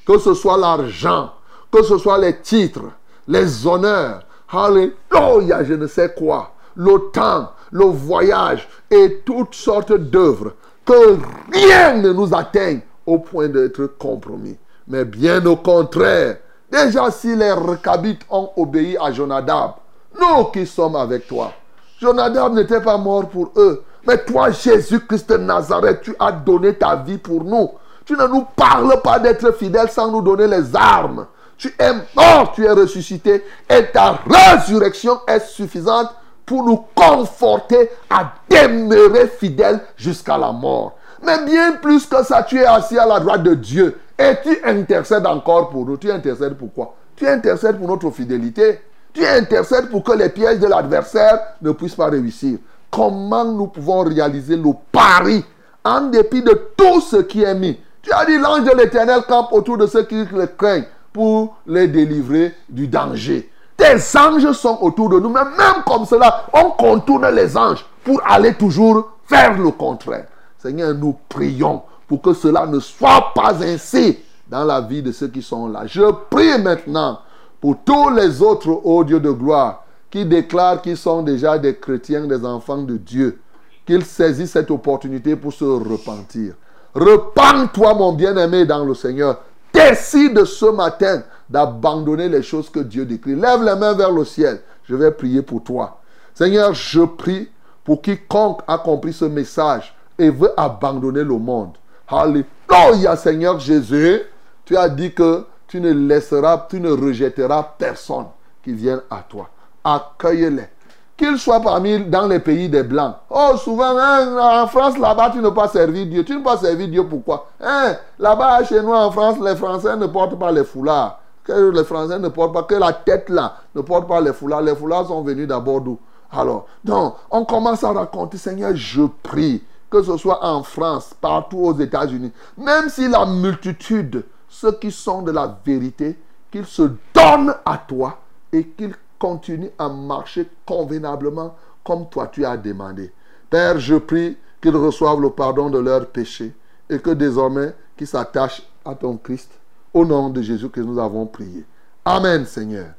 que ce soit l'argent, que ce soit les titres, les honneurs, alléluia, je ne sais quoi, le temps, le voyage et toutes sortes d'œuvres, que rien ne nous atteigne au point d'être compromis. Mais bien au contraire, déjà si les Rechabites ont obéi à Jonadab, nous qui sommes avec toi, Jonadab n'était pas mort pour eux, mais toi, Jésus-Christ de Nazareth, tu as donné ta vie pour nous. Tu ne nous parles pas d'être fidèles sans nous donner les armes. Tu es mort, tu es ressuscité et ta résurrection est suffisante pour nous conforter à demeurer fidèles jusqu'à la mort. Mais bien plus que ça, tu es assis à la droite de Dieu et tu intercèdes encore pour nous. Tu intercèdes pour quoi? Tu intercèdes pour notre fidélité. Tu intercèdes pour que les pièges de l'adversaire ne puissent pas réussir. Comment nous pouvons réaliser le pari en dépit de tout ce qui est mis? Tu as dit l'ange de l'Éternel campe autour de ceux qui le craignent pour les délivrer du danger. Tes anges sont autour de nous, mais même comme cela, on contourne les anges pour aller toujours faire le contraire. Seigneur, nous prions pour que cela ne soit pas ainsi dans la vie de ceux qui sont là. Je prie maintenant pour tous les autres, ô Dieu de gloire, qui déclarent qu'ils sont déjà des chrétiens, des enfants de Dieu, qu'ils saisissent cette opportunité pour se repentir. Repends-toi, mon bien-aimé, dans le Seigneur. Décide ce matin d'abandonner les choses que Dieu décrit. Lève les mains vers le ciel. Je vais prier pour toi. Seigneur, je prie pour quiconque a compris ce message et veut abandonner le monde. Alléluia, Seigneur Jésus. Tu as dit que tu ne laisseras, tu ne rejetteras personne qui vienne à toi. Accueille-les. Qu'ils soient dans les pays des Blancs. Oh, souvent, en France, là-bas, tu ne peux pas servir Dieu. Tu ne peux pas servir Dieu, pourquoi? Là-bas, chez nous, en France, les Français ne portent pas les foulards. Que les Français ne portent pas, que la tête, là, ne porte pas les foulards. Les foulards sont venus d'abord d'où? Alors, donc, on commence à raconter, Seigneur, je prie, que ce soit en France, partout aux États-Unis, même si la multitude, ceux qui sont de la vérité, qu'ils se donnent à toi et qu'ils continuent à marcher convenablement comme toi tu as demandé. Père, je prie qu'ils reçoivent le pardon de leurs péchés et que désormais qu'ils s'attachent à ton Christ. Au nom de Jésus que nous avons prié. Amen, Seigneur.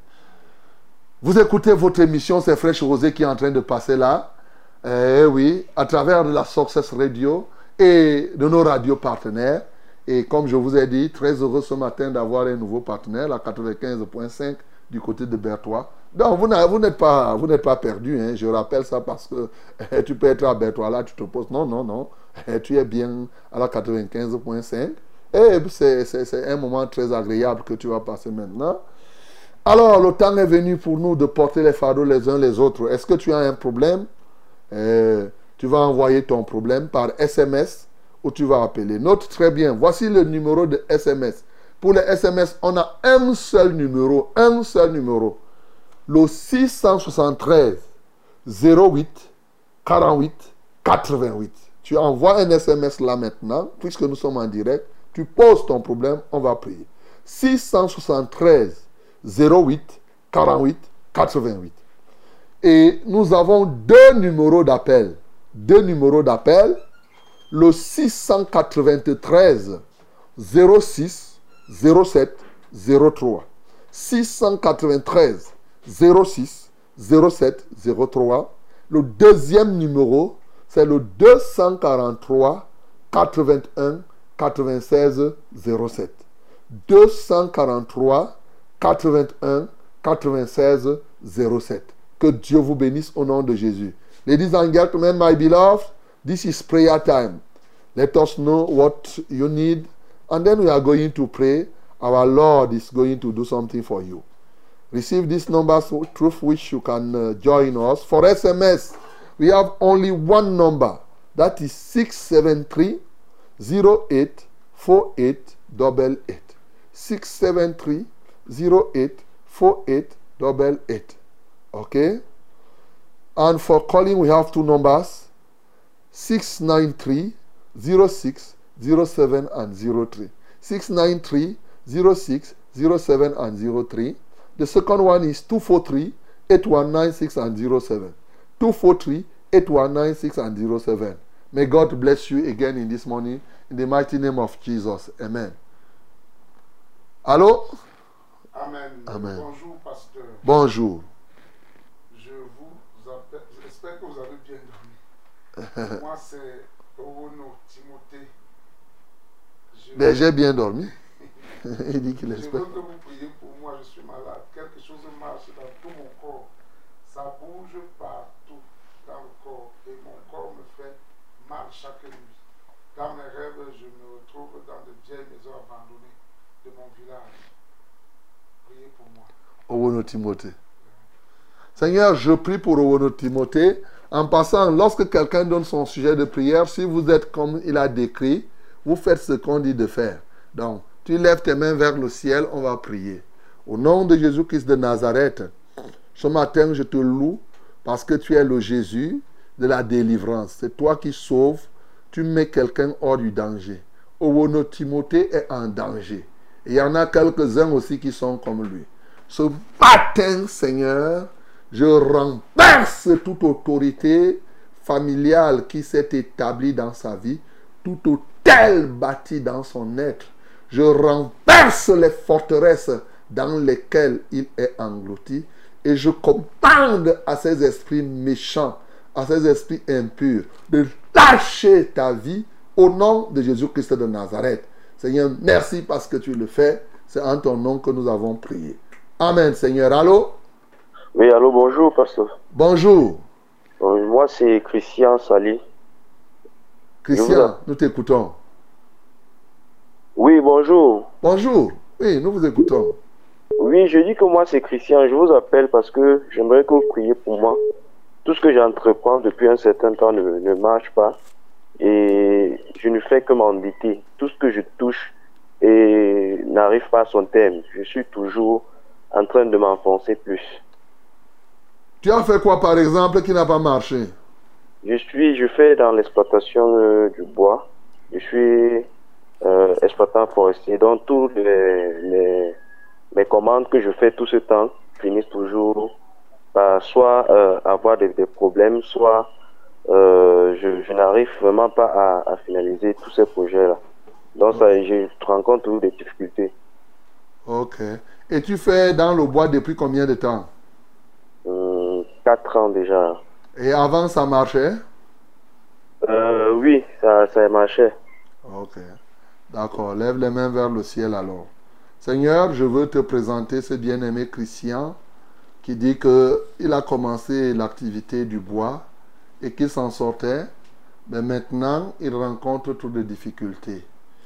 Vous écoutez votre émission, c'est Fraîche Rosée qui est en train de passer là. Oui, à travers de la Success Radio et de nos radios partenaires. Et comme je vous ai dit, très heureux ce matin d'avoir un nouveau partenaire, la 95.5 du côté de Berthois. Donc, vous n'êtes pas perdu. Hein. Je rappelle ça parce que tu peux être à Berthois là, tu te poses. Non. Tu es bien à la 95.5. Et c'est un moment très agréable que tu vas passer maintenant. Alors, le temps est venu pour nous de porter les fardeaux les uns les autres. Est-ce que tu as un problème? Tu vas envoyer ton problème par SMS ou tu vas appeler. Note très bien, voici le numéro de SMS. Pour les SMS, on a un seul numéro. Le 673 08 48 88. Tu envoies un SMS là maintenant, puisque nous sommes en direct. Tu poses ton problème, on va prier. 673 08 48 88. Et nous avons deux numéros d'appel. Le 693 06 07 03. 693 06 07 03. Le deuxième numéro, c'est le 243 81 96 07. 243 81 96 07. Que Dieu vous bénisse au nom de Jésus. Ladies and gentlemen, my beloved, this is prayer time. Let us know what you need, and then we are going to pray. Our Lord is going to do something for you. Receive these numbers through which you can join us. For SMS, we have only one number. That is 673 08 48 88. 673 08 48 88. Okay? And for calling, we have two numbers. 693 06 07 and 03. 693 06 07 and 03. The second one is 243 8196 and 07. 243 8196 and 07. May God bless you again in this morning. In the mighty name of Jesus. Amen. Allô? Amen. Amen. Bonjour, pasteur. Bonjour. Je vous appelle. J'espère que vous avez bien dormi. Moi, c'est Owono Timothée. Mais j'ai bien dormi. Il dit qu'il Je veux espère. que vous priez pour moi. Je suis malade. Quelque chose marche dans tout mon corps. Ça bouge partout dans le corps. Et mon corps me fait mal chaque nuit. Dans mes rêves, je me retrouve dans de vieilles maisons abandonnées de mon village. Priez pour moi. Owono Timothée. Seigneur, je prie pour Owono Timothée. En passant, lorsque quelqu'un donne son sujet de prière, si vous êtes comme il a décrit, vous faites ce qu'on dit de faire. Donc, tu lèves tes mains vers le ciel, on va prier. Au nom de Jésus-Christ de Nazareth, ce matin, je te loue parce que tu es le Jésus de la délivrance. C'est toi qui sauves. Tu mets quelqu'un hors du danger. Owono Timothée est en danger. Et il y en a quelques-uns aussi qui sont comme lui. Ce matin, Seigneur, je renverse toute autorité familiale qui s'est établie dans sa vie, tout hôtel bâti dans son être. Je renverse les forteresses dans lesquelles il est englouti et je commande à ces esprits méchants, à ces esprits impurs, de lâcher ta vie au nom de Jésus-Christ de Nazareth. Seigneur, merci parce que tu le fais. C'est en ton nom que nous avons prié. Amen, Seigneur. Allô? Oui, allô, bonjour, pasteur. Bonjour. Moi, c'est Christian Sali. Christian, nous t'écoutons. Oui, bonjour. Bonjour. Oui, nous vous écoutons. Oui, je dis que moi, c'est Christian. Je vous appelle parce que j'aimerais que vous priez pour moi. Tout ce que j'entreprends depuis un certain temps ne marche pas. Et je ne fais que m'endetter. Tout ce que je touche et n'arrive pas à son terme. Je suis toujours en train de m'enfoncer plus. Tu as fait quoi, par exemple, qui n'a pas marché? Je fais dans l'exploitation du bois. Je suis exploitant forestier. Donc, toutes mes commandes que je fais tout ce temps finissent toujours par soit avoir des problèmes, soit je n'arrive vraiment pas à finaliser tous ces projets-là. Donc, ça, je rencontre toujours des difficultés. Ok. Et tu fais dans le bois depuis combien de temps? 4 ans déjà. Et avant, ça marchait? Oui, ça marchait. Ok. D'accord. Lève les mains vers le ciel alors. Seigneur, je veux te présenter ce bien-aimé Christian qui dit qu'il a commencé l'activité du bois et qu'il s'en sortait. Mais maintenant, il rencontre toutes les difficultés.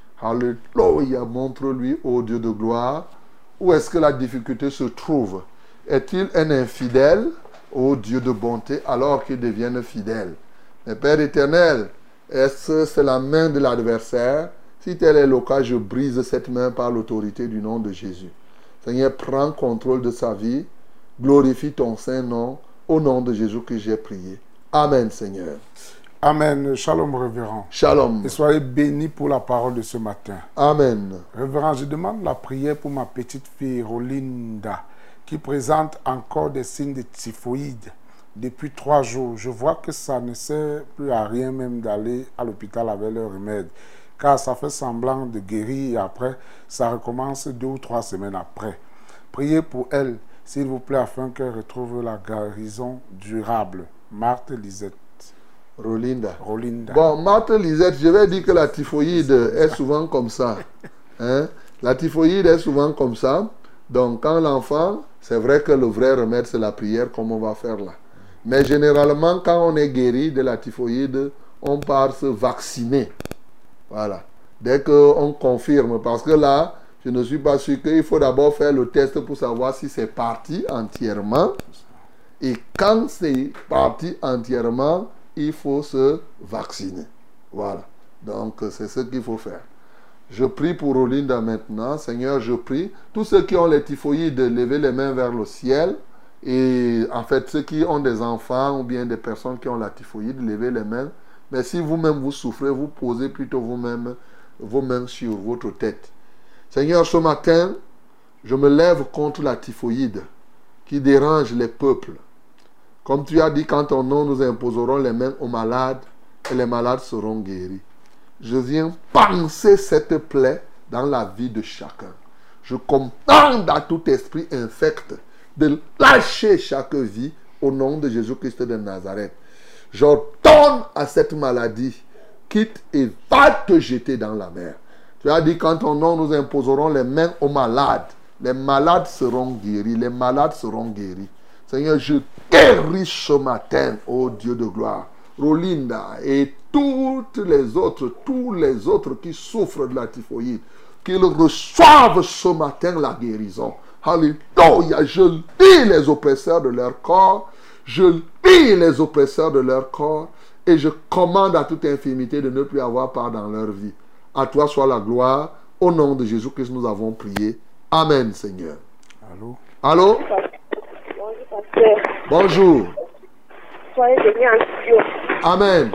Alléluia. Montre-lui, ô Dieu de gloire, où est-ce que la difficulté se trouve. Est-il un infidèle, ô Dieu de bonté, alors qu'il devienne fidèle? Mais Père éternel, est-ce que c'est la main de l'adversaire? Si tel est le cas, je brise cette main par l'autorité du nom de Jésus. Seigneur, prends contrôle de sa vie. Glorifie ton Saint-Nom. Au nom de Jésus que j'ai prié. Amen, Seigneur. Amen. Shalom, révérend. Shalom. Et soyez bénis pour la parole de ce matin. Amen. Révérend, je demande la prière pour ma petite fille Rolinda, qui présente encore des signes de typhoïde depuis 3 jours. Je vois que ça ne sert plus à rien même d'aller à l'hôpital avec le remède, car ça fait semblant de guérir et après, ça recommence 2 ou 3 semaines après. Priez pour elle, s'il vous plaît, afin qu'elle retrouve la guérison durable. Marthe Lisette. Rolinda. Rolinda. Bon, Marthe Lisette, je vais dire que la typhoïde est souvent comme ça. Hein? La typhoïde est souvent comme ça. Donc, quand l'enfant, c'est vrai que le vrai remède, c'est la prière, comme on va faire là. Mais généralement, quand on est guéri de la typhoïde, on part se vacciner. Voilà. Dès qu'on confirme, parce que là, je ne suis pas sûr qu'il faut d'abord faire le test pour savoir si c'est parti entièrement. Et quand c'est parti entièrement, il faut se vacciner. Voilà. Donc, c'est ce qu'il faut faire. Je prie pour Rolinda maintenant. Seigneur, je prie. Tous ceux qui ont les typhoïdes, levez les mains vers le ciel. Et en fait, ceux qui ont des enfants ou bien des personnes qui ont la typhoïde, levez les mains. Mais si vous-même vous souffrez, vous posez plutôt vous-même vos mains sur votre tête. Seigneur, ce matin, je me lève contre la typhoïde qui dérange les peuples. Comme tu as dit, qu'en ton nom, nous imposerons les mains aux malades et les malades seront guéris. Je viens panser cette plaie dans la vie de chacun. Je commande à tout esprit infect de lâcher chaque vie au nom de Jésus-Christ de Nazareth. J'ordonne à cette maladie, quitte et va te jeter dans la mer. Tu as dit qu'en ton nom, nous imposerons les mains aux malades. Les malades seront guéris. Les malades seront guéris. Seigneur, je guéris ce matin, ô Dieu de gloire, Rolinda et tous les autres qui souffrent de la typhoïde, qu'ils reçoivent ce matin la guérison. Alléluia. Je lis les oppresseurs de leur corps. Je lis les oppresseurs de leur corps. Et je commande à toute infirmité de ne plus avoir part dans leur vie. À toi soit la gloire. Au nom de Jésus-Christ, nous avons prié. Amen, Seigneur. Allô? Allô? Bonjour, pasteur. Bonjour. Soyez bénis en Dieu. Amen.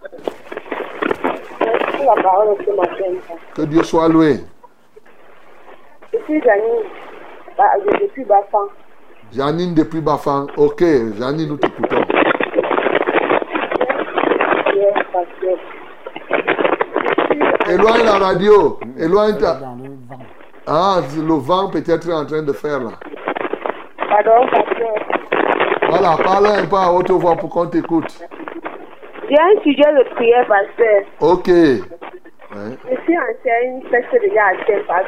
Merci pour la parole de ce matin. Que Dieu soit loué. Je suis Janine, depuis Bafan. Janine depuis Bafan. Ok, Janine, nous t'écoutons. Merci, pasteur. Éloigne la radio. Éloigne ta... Dans le vent. Ah, le vent peut-être est en train de faire là. Pardon, pasteur. Voilà, parle un peu à haute voix pour qu'on t'écoute. J'ai un sujet de prière, pasteur. Ok. Ouais. Je suis ancienne, presque déjà ancienne, pardon.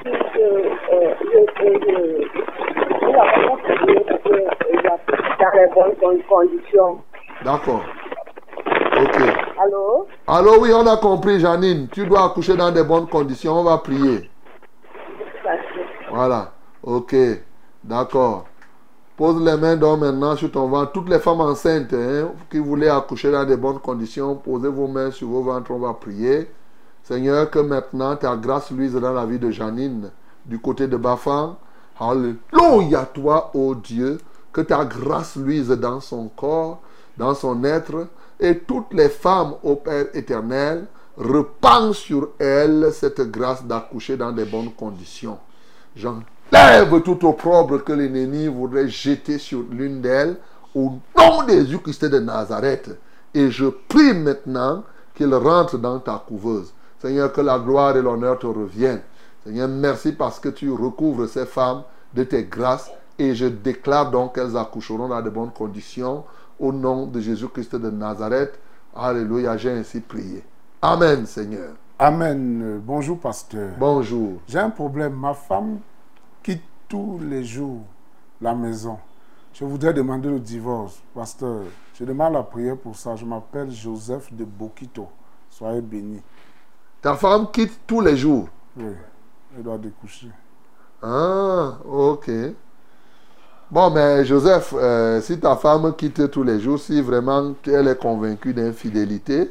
Nous avons prié parce que dans les bonnes conditions. D'accord. Ok. Allô? Allô, oui, on a compris, Janine. Tu dois accoucher dans de bonnes conditions. On va prier. Pasteur. Voilà. Ok. D'accord. Pose les mains d'homme maintenant sur ton ventre. Toutes les femmes enceintes qui voulaient accoucher dans de bonnes conditions, posez vos mains sur vos ventres. On va prier. Seigneur, que maintenant ta grâce luise dans la vie de Janine du côté de Bafan. Alléluia, toi, ô Dieu. Que ta grâce luise dans son corps, dans son être. Et toutes les femmes, ô Père éternel, repensent sur elles cette grâce d'accoucher dans de bonnes conditions. J'enlève tout opprobre que l'ennemi voudrait jeter sur l'une d'elles au nom de Jésus-Christ de Nazareth. Et je prie maintenant qu'il rentre dans ta couveuse. Seigneur, que la gloire et l'honneur te reviennent. Seigneur, merci parce que tu recouvres ces femmes de tes grâces. Et je déclare donc qu'elles accoucheront dans de bonnes conditions. Au nom de Jésus-Christ de Nazareth. Alléluia, j'ai ainsi prié. Amen, Seigneur. Amen. Bonjour, pasteur. Bonjour. J'ai un problème. Ma femme quitte tous les jours la maison. Je voudrais demander le divorce. Pasteur, je demande la prière pour ça. Je m'appelle Joseph de Bokito. Soyez bénis. Ta femme quitte tous les jours. Oui, elle doit découcher. Ah, ok. Bon, mais Joseph, si ta femme quitte tous les jours, si vraiment elle est convaincue d'infidélité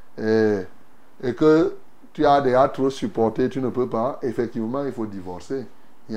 et que tu as déjà trop supporté, tu ne peux pas, effectivement, il faut divorcer. Il n'y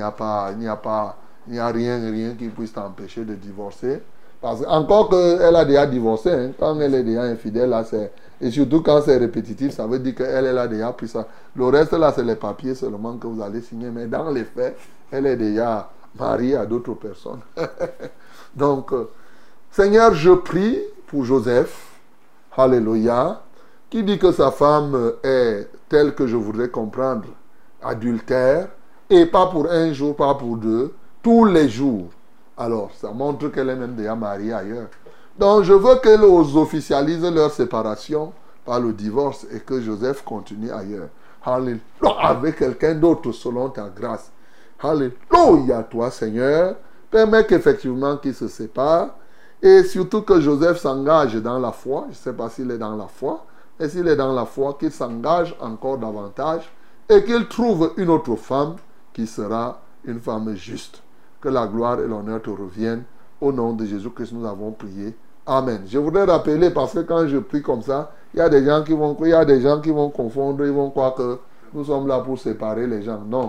a rien qui puisse t'empêcher de divorcer. Parce que, encore qu'elle a déjà divorcé, hein, quand elle est déjà infidèle, là, et surtout quand c'est répétitif, ça veut dire qu'elle a déjà pris ça. Le reste, là, c'est les papiers seulement que vous allez signer. Mais dans les faits, elle est déjà mariée à d'autres personnes. Donc, Seigneur, je prie pour Joseph, alléluia, qui dit que sa femme est telle que je voudrais comprendre, adultère, et pas pour un jour, pas pour deux, tous les jours. Alors, ça montre qu'elle est même déjà mariée ailleurs. Donc, je veux qu'elle officialise leur séparation par le divorce et que Joseph continue ailleurs. Alléluia, avec quelqu'un d'autre selon ta grâce. Alléluia, toi, Seigneur. Permets qu'effectivement qu'ils se séparent et surtout que Joseph s'engage dans la foi. Je ne sais pas s'il est dans la foi, mais s'il est dans la foi, qu'il s'engage encore davantage et qu'il trouve une autre femme qui sera une femme juste. Que la gloire et l'honneur te reviennent. Au nom de Jésus-Christ, nous avons prié. Amen. Je voudrais rappeler, parce que quand je prie comme ça, il y a des gens qui vont confondre, ils vont croire que nous sommes là pour séparer les gens. Non.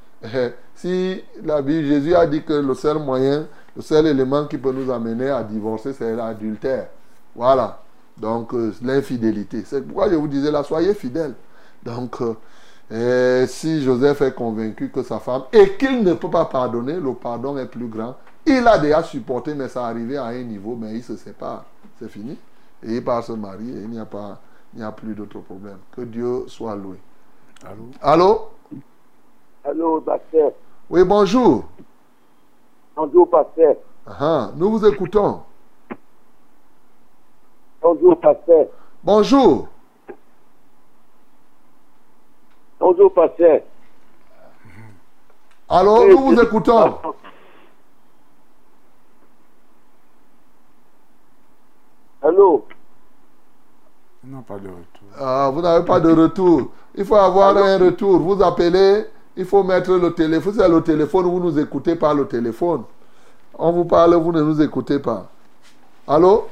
Si la Bible, Jésus a dit que le seul moyen, le seul élément qui peut nous amener à divorcer, c'est l'adultère. Voilà. Donc, l'infidélité. C'est pourquoi je vous disais là, soyez fidèles. Donc, si Joseph est convaincu que sa femme, et qu'il ne peut pas pardonner, le pardon est plus grand. Il a déjà supporté, mais ça arrivé à un niveau, mais il se sépare. C'est fini. Et il part se marier, et il n'y a plus d'autre problème. Que Dieu soit loué. Allô? Allô? Allô, docteur. Oui, bonjour. Bonjour, pasteur. Nous vous écoutons. Bonjour, pasteur. Bonjour. Bonjour, pasteur. Alors, nous vous écoutons. Allô? Ils n'ont pas de retour. Vous n'avez pas de retour. Il faut avoir un retour. Vous appelez, il faut mettre le téléphone. C'est le téléphone, vous nous écoutez par le téléphone. On vous parle, vous ne nous écoutez pas. Allô?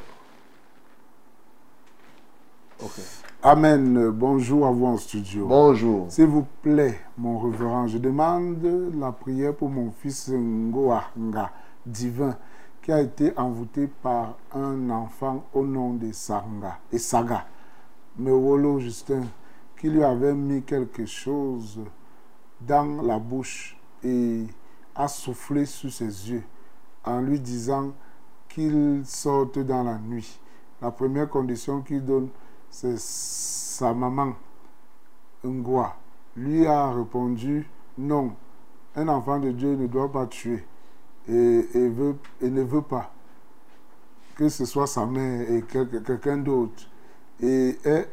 Ok. Amen. Bonjour à vous en studio. Bonjour. S'il vous plaît, mon révérend, je demande la prière pour mon fils Ngoanga divin qui a été envoûté par un enfant au nom de Saga. Mewolo Justin, qui lui avait mis quelque chose dans la bouche et a soufflé sur ses yeux en lui disant qu'il sorte dans la nuit. La première condition qu'il donne, c'est sa maman, Ngwa, lui a répondu non. Un enfant de Dieu ne doit pas tuer et ne veut pas que ce soit sa mère et quelqu'un d'autre. Et il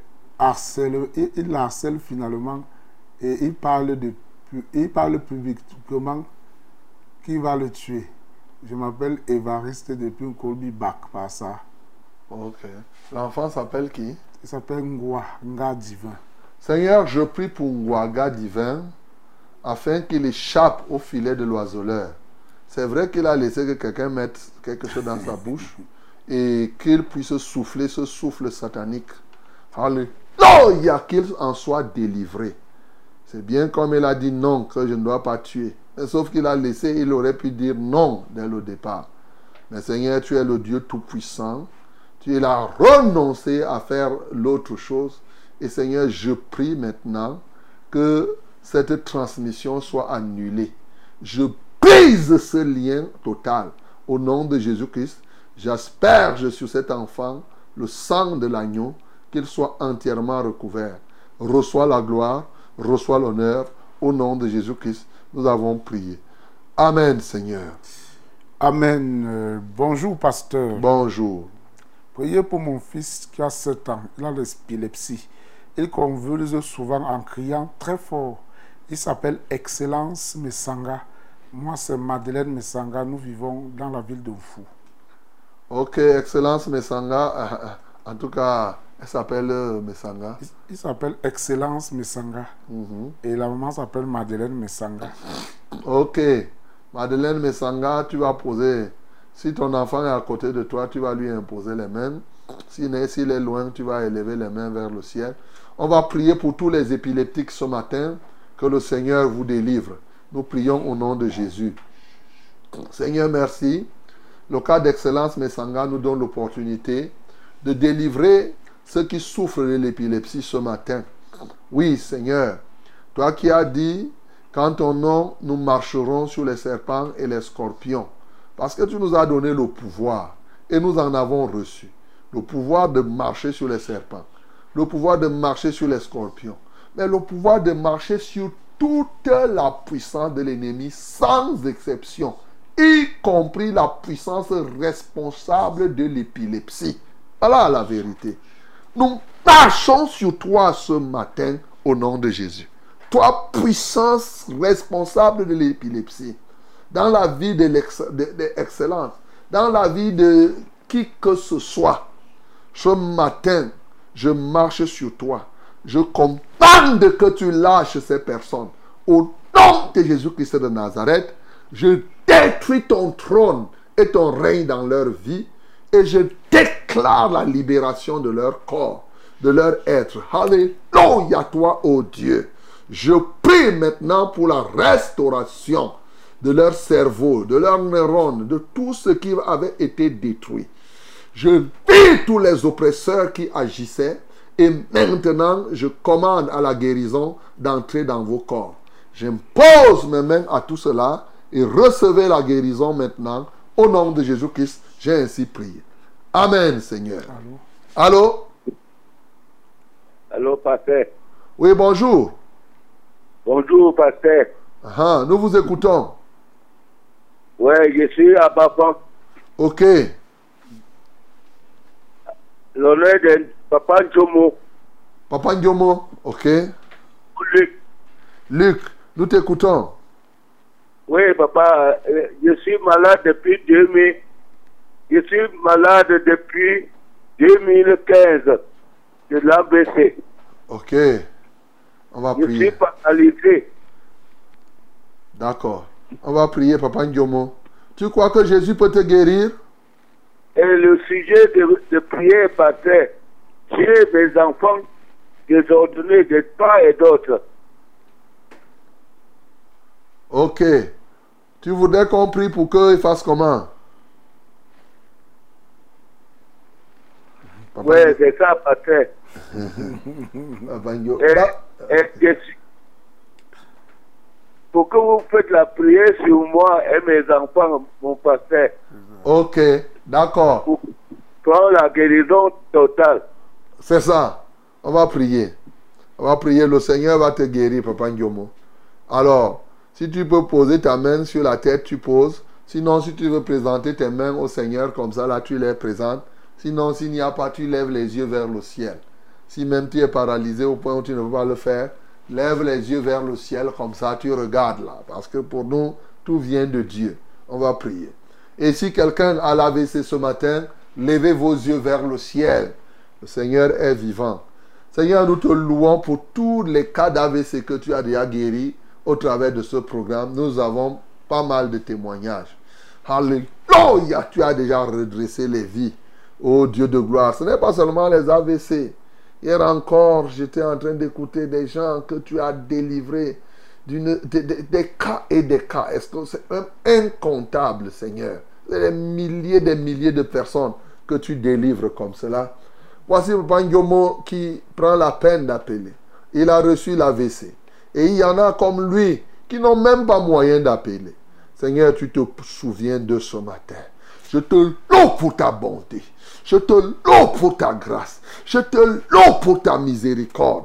harcèle finalement et il parle publiquement qui va le tuer. Je m'appelle Évariste depuis un Colby Bac par ça. Ok. L'enfant s'appelle qui? Il s'appelle Nga divin. Seigneur, je prie pour Ngwaga divin afin qu'il échappe au filet de l'oiseleur. C'est vrai qu'il a laissé que quelqu'un mette quelque chose dans sa bouche et qu'il puisse souffler ce souffle satanique. Alléluia, qu'il en soit délivré. C'est bien comme il a dit non, que je ne dois pas tuer. Mais sauf qu'il a laissé, il aurait pu dire non dès le départ. Mais Seigneur, tu es le Dieu tout-puissant. Tu as renoncé à faire l'autre chose. Et Seigneur, je prie maintenant que cette transmission soit annulée. Je brise ce lien total. Au nom de Jésus-Christ, j'asperge sur cet enfant le sang de l'agneau, qu'il soit entièrement recouvert. Reçois la gloire, reçois l'honneur. Au nom de Jésus-Christ, nous avons prié. Amen, Seigneur. Amen. Bonjour, pasteur. Bonjour. Priez pour mon fils qui a 7 ans. Il a l'épilepsie. Il convulse souvent en criant très fort. Il s'appelle Excellence Mesanga. Moi, c'est Madeleine Mesanga. Nous vivons dans la ville de Mfou. Ok, Excellence Mesanga. En tout cas, elle s'appelle Mesanga. Il s'appelle Excellence Mesanga. Et la maman s'appelle Madeleine Mesanga. Ok. Madeleine Mesanga, tu vas poser... Si ton enfant est à côté de toi, tu vas lui imposer les mains. S'il est loin, tu vas élever les mains vers le ciel. On va prier pour tous les épileptiques ce matin. Que le Seigneur vous délivre. Nous prions au nom de Jésus. Seigneur, merci. Le cas d'Excellence Mesanga nous donne l'opportunité de délivrer ceux qui souffrent de l'épilepsie ce matin. Oui, Seigneur. Toi qui as dit, qu'en ton nom, nous marcherons sur les serpents et les scorpions. Parce que tu nous as donné le pouvoir et nous en avons reçu. Le pouvoir de marcher sur les serpents, le pouvoir de marcher sur les scorpions, mais le pouvoir de marcher sur toute la puissance de l'ennemi sans exception, y compris la puissance responsable de l'épilepsie. Voilà la vérité. Nous marchons sur toi ce matin au nom de Jésus. Toi, puissance responsable de l'épilepsie. Dans la vie de l'excellence, dans la vie de qui que ce soit, ce matin, je marche sur toi. Je commande que tu lâches ces personnes. Au nom de Jésus-Christ de Nazareth, je détruis ton trône et ton règne dans leur vie et je déclare la libération de leur corps, de leur être. Alléluia, toi, ô Dieu. Je prie maintenant pour la restauration de leur cerveau, de leurs neurones, de tout ce qui avait été détruit. Je vis tous les oppresseurs qui agissaient et maintenant je commande à la guérison d'entrer dans vos corps. J'impose mes mains à tout cela et recevez la guérison maintenant. Au nom de Jésus-Christ, j'ai ainsi prié. Amen, Seigneur. Allô? Allô, pasteur. Oui, bonjour. Bonjour, pasteur. Ah, nous vous écoutons. Ouais, je suis à Papa. Ok. L'honneur de Papa Njomo. Papa Ndiomo. Ok. Luc. Luc, nous t'écoutons. Oui, papa, je suis malade depuis 2000. Je suis malade depuis 2015 de l'ABC. Ok. On va Je prier. suis paralysé. D'accord. On va prier, Papa Ndiomo. Tu crois que Jésus peut te guérir? Et le sujet de prière par terre, j'ai mes enfants désordonnés de part et d'autre. Ok. Tu voudrais qu'on prie pour qu'ils fassent comment? Papa Oui, c'est ça par terre. Papa Ndiomo. Et je suis- pour que vous faites la prière sur moi et mes enfants, mon pasteur, Ok. D'accord. pour prendre la guérison totale. C'est ça. On va prier. On va prier. Le Seigneur va te guérir, Papa Ndiomo. Alors, si tu peux poser ta main sur la tête, tu poses. Sinon, si tu veux présenter tes mains au Seigneur, comme ça, là, tu les présentes. Sinon, s'il n'y a pas, tu lèves les yeux vers le ciel. Si même tu es paralysé au point où tu ne peux pas le faire, lève les yeux vers le ciel, comme ça, tu regardes là. Parce que pour nous, tout vient de Dieu. On va prier. Et si quelqu'un a l'AVC ce matin, levez vos yeux vers le ciel. Le Seigneur est vivant. Seigneur, nous te louons pour tous les cas d'AVC que tu as déjà guéris au travers de ce programme. Nous avons pas mal de témoignages. Alléluia, tu as déjà redressé les vies. Oh Dieu de gloire, ce n'est pas seulement les AVC. Hier encore, j'étais en train d'écouter des gens que tu as délivrés des cas et des cas. Est-ce que c'est même incontable, Seigneur? C'est des milliers de personnes que tu délivres comme cela. Voici Papa Ndiomo qui prend la peine d'appeler. Il a reçu l'AVC. Et il y en a comme lui qui n'ont même pas moyen d'appeler. Seigneur, tu te souviens de ce matin. Je te loue pour ta bonté. Je te loue pour ta grâce. Je te loue pour ta miséricorde.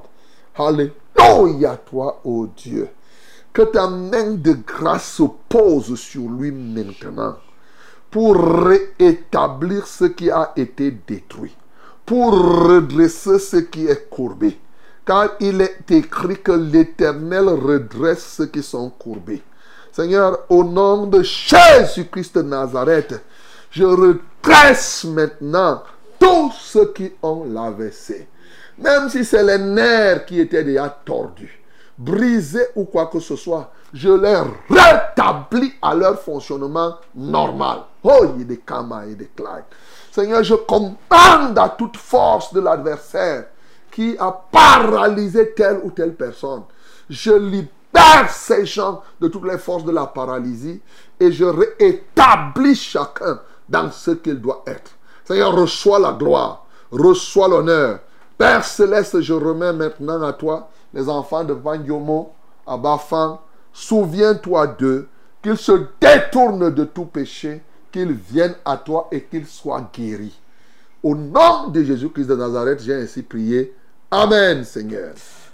Alléluia toi, ô Dieu. Que ta main de grâce se pose sur lui maintenant pour rétablir ce qui a été détruit, pour redresser ce qui est courbé. Car il est écrit que l'Éternel redresse ceux qui sont courbés. Seigneur, au nom de Jésus-Christ de Nazareth, je redresse maintenant tous ceux qui ont l'AVC. Même si c'est les nerfs qui étaient déjà tordus, brisés ou quoi que ce soit, je les rétablis à leur fonctionnement normal. Oh, il y a des kamas et des claques. Seigneur, je commande à toute force de l'adversaire qui a paralysé telle ou telle personne. Je libère ces gens de toutes les forces de la paralysie et je rétablis chacun dans ce qu'il doit être. Seigneur, reçois la gloire, reçois l'honneur. Père Céleste, je remets maintenant à toi les enfants de Ndiomo, à Bafang. Souviens-toi d'eux, qu'ils se détournent de tout péché, qu'ils viennent à toi et qu'ils soient guéris. Au nom de Jésus-Christ de Nazareth, j'ai ainsi prié. Amen, Seigneur.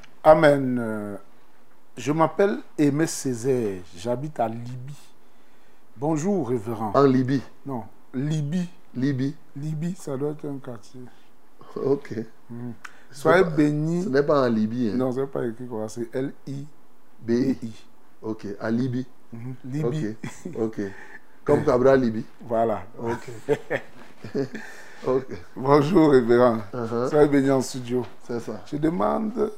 Amen. Je m'appelle Aimé Césaire. J'habite à Libye. Bonjour, révérend. En Libye. Non, Libye. Libye. Libye, ça doit être un quartier. Ok. Soyez bénis. Ce n'est pas en Libye. Hein. Non, ce n'est pas écrit quoi. C'est L-I-B-I. Ok, à Libye. Libye. Ok. Comme Cabra Libye. Voilà. Ok. Ok. Bonjour, révérend. Soyez bénis en studio. C'est ça. Je demande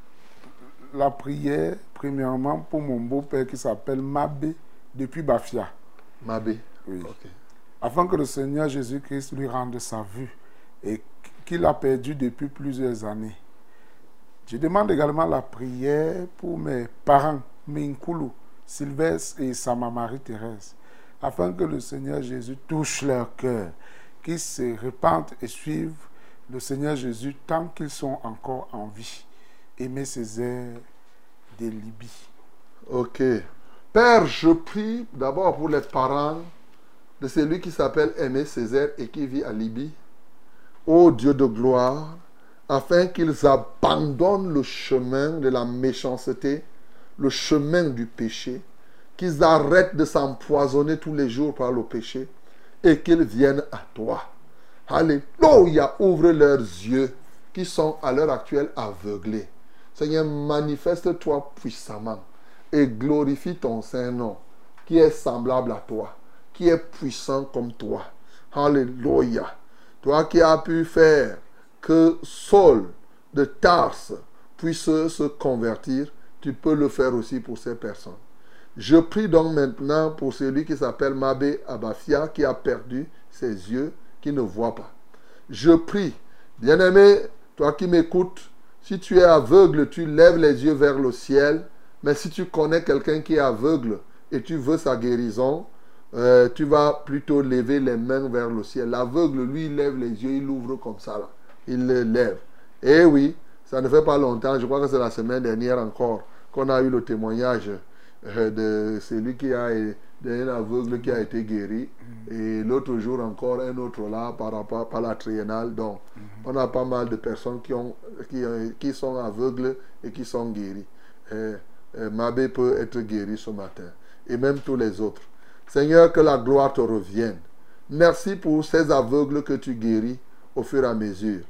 la prière, premièrement, pour mon beau-père qui s'appelle Mabé, depuis Bafia. Mabé. Oui. Ok. Afin que le Seigneur Jésus-Christ lui rende sa vue et qu'il a perdu depuis plusieurs années. Je demande également la prière pour mes parents, Minkulu, Sylvestre et sa Marie-Thérèse, afin que le Seigneur Jésus touche leur cœur, qu'ils se répandent et suivent le Seigneur Jésus tant qu'ils sont encore en vie. Aimé Césaire de Libye. Ok. Père, je prie d'abord pour les parents de celui qui s'appelle Aimé Césaire et qui vit à Libye. Ô Dieu de gloire, afin qu'ils abandonnent le chemin de la méchanceté, le chemin du péché, qu'ils arrêtent de s'empoisonner tous les jours par le péché et qu'ils viennent à toi. Alléluia, ouvre leurs yeux qui sont à l'heure actuelle aveuglés. Seigneur, manifeste-toi puissamment et glorifie ton Saint-Nom qui est semblable à toi, qui est puissant comme toi. Alléluia. Toi qui as pu faire que Saul de Tarse puisse se convertir, tu peux le faire aussi pour ces personnes. Je prie donc maintenant pour celui qui s'appelle Mabé Abafia, qui a perdu ses yeux, qui ne voit pas. Je prie, bien-aimé, toi qui m'écoutes, si tu es aveugle, tu lèves les yeux vers le ciel, mais si tu connais quelqu'un qui est aveugle et tu veux sa guérison, tu vas plutôt lever les mains vers le ciel. L'aveugle, lui, il lève les yeux, il ouvre comme ça, là. Il les lève. Et oui, ça ne fait pas longtemps, je crois que c'est la semaine dernière encore, qu'on a eu le témoignage de celui qui a d'un aveugle qui a été guéri. Et l'autre jour encore, un autre là, par la triennale. Donc, on a pas mal de personnes qui sont aveugles et qui sont guéries. Mabé peut être guéri ce matin. Et même tous les autres. Seigneur, que la gloire te revienne. Merci pour ces aveugles que tu guéris au fur et à mesure.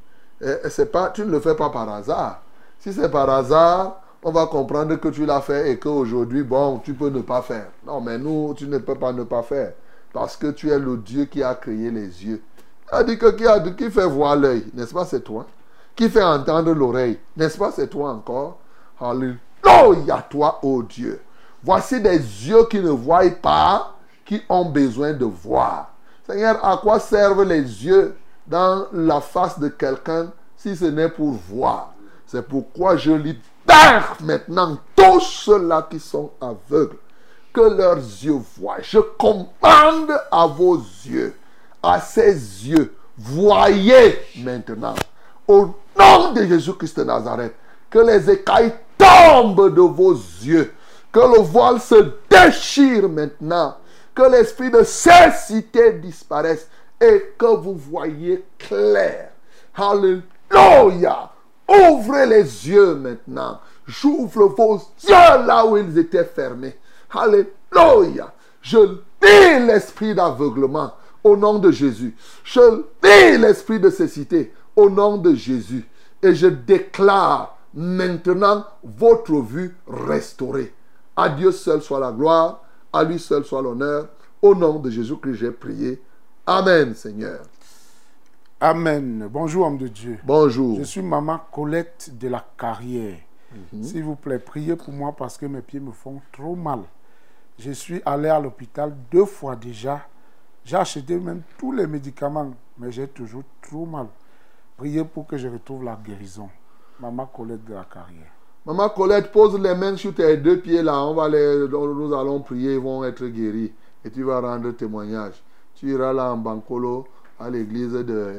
Tu ne le fais pas par hasard. Si c'est par hasard, on va comprendre que tu l'as fait et qu'aujourd'hui, bon, tu peux ne pas faire. Non, mais nous, tu ne peux pas ne pas faire. Parce que tu es le Dieu qui a créé les yeux. Il a dit que qui fait voir l'œil, n'est-ce pas, c'est toi. Qui fait entendre l'oreille, n'est-ce pas, c'est toi encore. Alléluia, toi, ô Dieu. Voici des yeux qui ne voient pas, qui ont besoin de voir. Seigneur, à quoi servent les yeux dans la face de quelqu'un si ce n'est pour voir? C'est pourquoi je libère maintenant tous ceux-là qui sont aveugles, que leurs yeux voient. Je commande à vos yeux, à ces yeux, voyez maintenant, au nom de Jésus-Christ de Nazareth, que les écailles tombent de vos yeux, que le voile se déchire maintenant, que l'esprit de cécité disparaisse et que vous voyez clair. Alléluia! Ouvrez les yeux maintenant. J'ouvre vos yeux là où ils étaient fermés. Alléluia! Je lis l'esprit d'aveuglement au nom de Jésus. Je lis l'esprit de cécité au nom de Jésus. Et je déclare maintenant votre vue restaurée. À Dieu seul soit la gloire, à lui seul soit l'honneur. Au nom de Jésus-Christ, j'ai prié. Amen, Seigneur. Amen. Bonjour, homme de Dieu. Bonjour. Je suis maman Colette de la Carrière. S'il vous plaît, priez pour moi parce que mes pieds me font trop mal. Je suis allé à l'hôpital 2 fois déjà. J'ai acheté même tous les médicaments, mais j'ai toujours trop mal. Priez pour que je retrouve la guérison. Maman Colette de la Carrière. Maman Colette, pose les mains sur tes 2 pieds là. Nous allons prier, ils vont être guéris. Et tu vas rendre témoignage. Tu iras là en Bankolo, à l'église de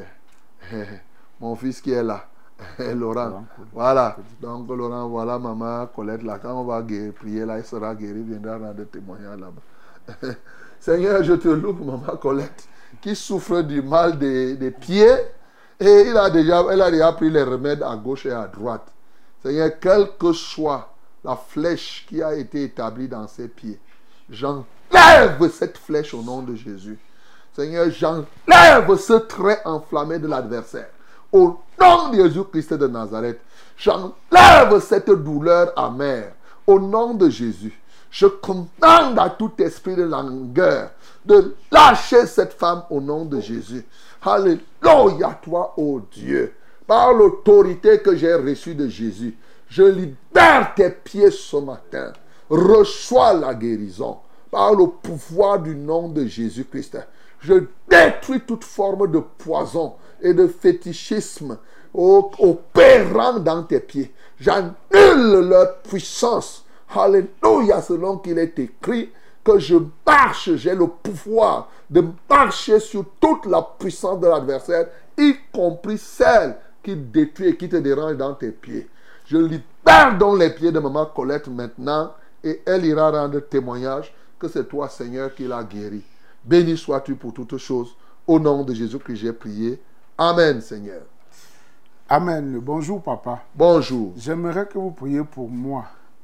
mon fils qui est là, Laurent. Voilà. Donc Laurent, voilà maman Colette là. Quand on va prier là, il sera guéri, il viendra rendre témoignage là-bas. Seigneur, je te loue pour maman Colette qui souffre du mal des pieds et elle a déjà pris les remèdes à gauche et à droite. Seigneur, quelle que soit la flèche qui a été établie dans ses pieds, j'enlève cette flèche au nom de Jésus. Seigneur, j'enlève ce trait enflammé de l'adversaire. Au nom de Jésus-Christ de Nazareth, j'enlève cette douleur amère. Au nom de Jésus, je commande à tout esprit de langueur de lâcher cette femme au nom de Jésus. Alléluia, toi, ô Dieu. Par l'autorité que j'ai reçue de Jésus, je libère tes pieds ce matin. Reçois la guérison. Par le pouvoir du nom de Jésus-Christ, je détruis toute forme de poison et de fétichisme opérant dans tes pieds. J'annule leur puissance. Alléluia, selon qu'il est écrit que je marche, j'ai le pouvoir de marcher sur toute la puissance de l'adversaire, y compris celle qui détruit et qui te dérange dans tes pieds. Je libère donc les pieds de maman Colette maintenant et elle ira rendre témoignage que c'est toi, Seigneur, qui l'a guéri. Béni sois-tu pour toutes choses. Au nom de Jésus que j'ai prié. Amen, Seigneur. Amen. Bonjour, papa. Bonjour. J'aimerais que vous priez pour moi.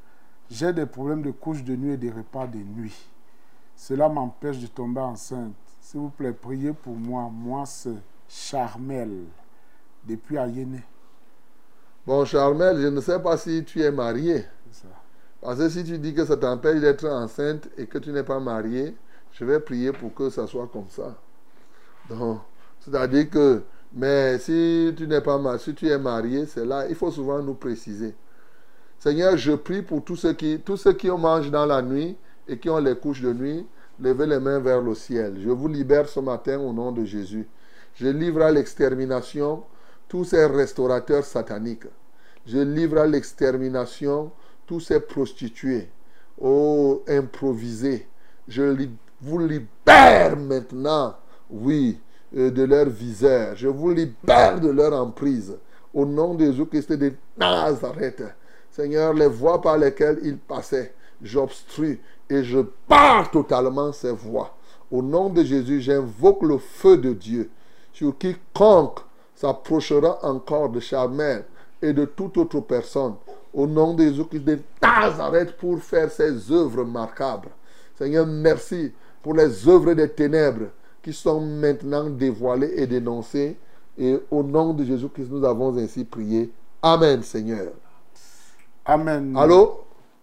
J'ai des problèmes de couche de nuit et de repas de nuit. Cela m'empêche de tomber enceinte. S'il vous plaît, priez pour moi. Moi, c'est Charmel, depuis Ayene. Bon, Charmel, je ne sais pas si tu es marié. C'est ça. Parce que si tu dis que ça t'empêche d'être enceinte et que tu n'es pas marié, je vais prier pour que ça soit comme ça. Donc, c'est-à-dire que, mais si tu n'es pas marié, si tu es marié, c'est là, il faut souvent nous préciser. Seigneur, je prie pour tous ceux qui mangent dans la nuit et qui ont les couches de nuit, levez les mains vers le ciel. Je vous libère ce matin au nom de Jésus. Je livre à l'extermination tous ces restaurateurs sataniques. Je livre à l'extermination tous ces prostituées, improvisées. Vous libère maintenant, oui, de leur viseur. Je vous libère de leur emprise. Au nom de Jésus-Christ de Nazareth. Seigneur, les voies par lesquelles ils passaient, j'obstrue et je barre totalement ces voies. Au nom de Jésus, j'invoque le feu de Dieu sur quiconque s'approchera encore de Charmel et de toute autre personne. Au nom de Jésus-Christ de Nazareth pour faire ces œuvres marquables. Seigneur, merci pour les œuvres des ténèbres qui sont maintenant dévoilées et dénoncées. Et au nom de Jésus-Christ, nous avons ainsi prié. Amen, Seigneur. Amen. Allô?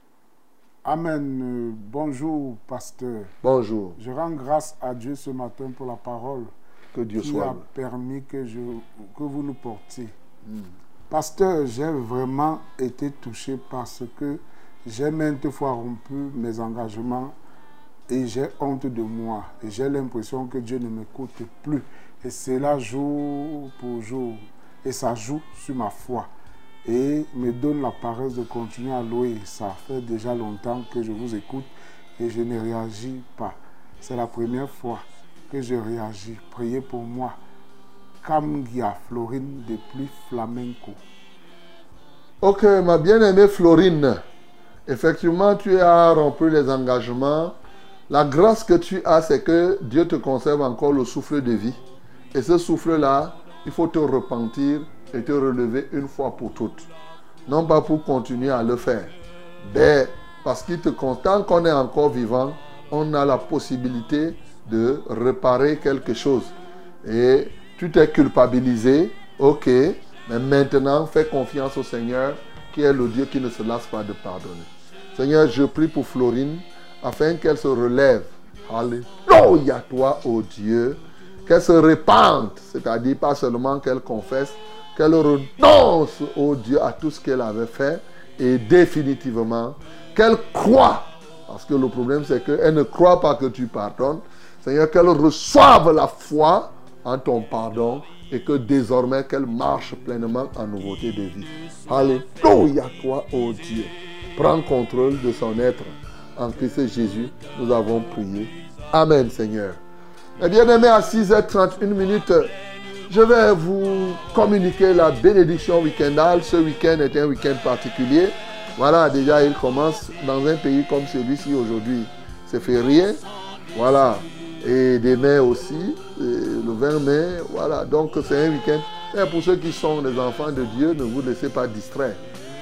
Amen. Bonjour, pasteur. Bonjour. Je rends grâce à Dieu ce matin pour la parole Que Dieu qui soit. a permis que vous nous portiez. Pasteur, j'ai vraiment été touché parce que j'ai maintes fois rompu mes engagements et j'ai honte de moi. Et j'ai l'impression que Dieu ne m'écoute plus. Et c'est là jour pour jour. Et ça joue sur ma foi. Et me donne la paresse de continuer à louer. Ça fait déjà longtemps que je vous écoute et je ne réagis pas. C'est la première fois que je réagis. Priez pour moi. Kamgia Florine depuis Flamenco. Ok, ma bien-aimée Florine. Effectivement, tu as rempli les engagements. La grâce que tu as, c'est que Dieu te conserve encore le souffle de vie. Et ce souffle-là, il faut te repentir et te relever une fois pour toutes. Non pas pour continuer à le faire, mais parce qu'il te compte. Tant qu'on est encore vivant, on a la possibilité de réparer quelque chose. Et tu t'es culpabilisé, ok, mais maintenant fais confiance au Seigneur qui est le Dieu qui ne se lasse pas de pardonner. Seigneur, je prie pour Florine afin qu'elle se relève. Alléluia, toi, ô Dieu. Qu'elle se répande, c'est-à-dire pas seulement qu'elle confesse, qu'elle renonce, ô Dieu, à tout ce qu'elle avait fait et définitivement qu'elle croit. Parce que le problème, c'est qu'elle ne croit pas que tu pardonnes. Seigneur, qu'elle reçoive la foi en ton pardon et que désormais qu'elle marche pleinement en nouveauté de vie. Alléluia, toi, ô Dieu. Prends contrôle de son être. En Christ Jésus, nous avons prié. Amen, Seigneur. Eh bien, aimé, à 6h31, je vais vous communiquer la bénédiction week-endale. Ce week-end est un week-end particulier. Voilà, déjà, il commence dans un pays comme celui-ci aujourd'hui. C'est férié. Voilà. Et demain aussi, le 20 mai. Voilà. Donc, c'est un week-end. Et pour ceux qui sont des enfants de Dieu, ne vous laissez pas distraire.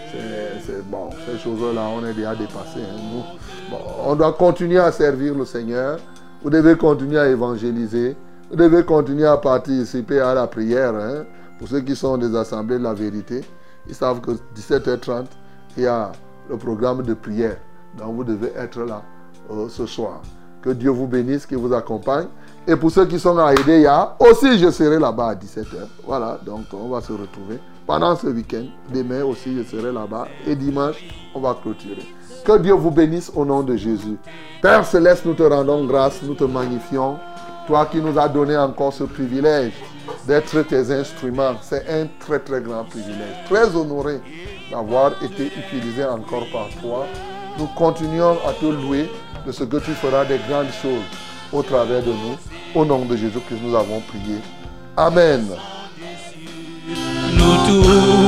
C'est bon, ces choses-là, on est déjà dépassé. Hein. Bon, on doit continuer à servir le Seigneur. Vous devez continuer à évangéliser. Vous devez continuer à participer à la prière. Hein. Pour ceux qui sont des assemblées de la vérité, ils savent que 17h30, il y a le programme de prière. Donc vous devez être là ce soir. Que Dieu vous bénisse, qu'il vous accompagne. Et pour ceux qui sont à Edea, aussi je serai là-bas à 17h. Voilà, donc on va se retrouver pendant ce week-end. Demain aussi je serai là-bas. Et dimanche, on va clôturer. Que Dieu vous bénisse au nom de Jésus. Père Céleste, nous te rendons grâce, nous te magnifions. Toi qui nous as donné encore ce privilège d'être tes instruments. C'est un très très grand privilège. Très honoré d'avoir été utilisé encore par toi. Nous continuons à te louer de ce que tu feras des grandes choses au travers de nous. Au nom de Jésus-Christ, nous avons prié. Amen. Nous tous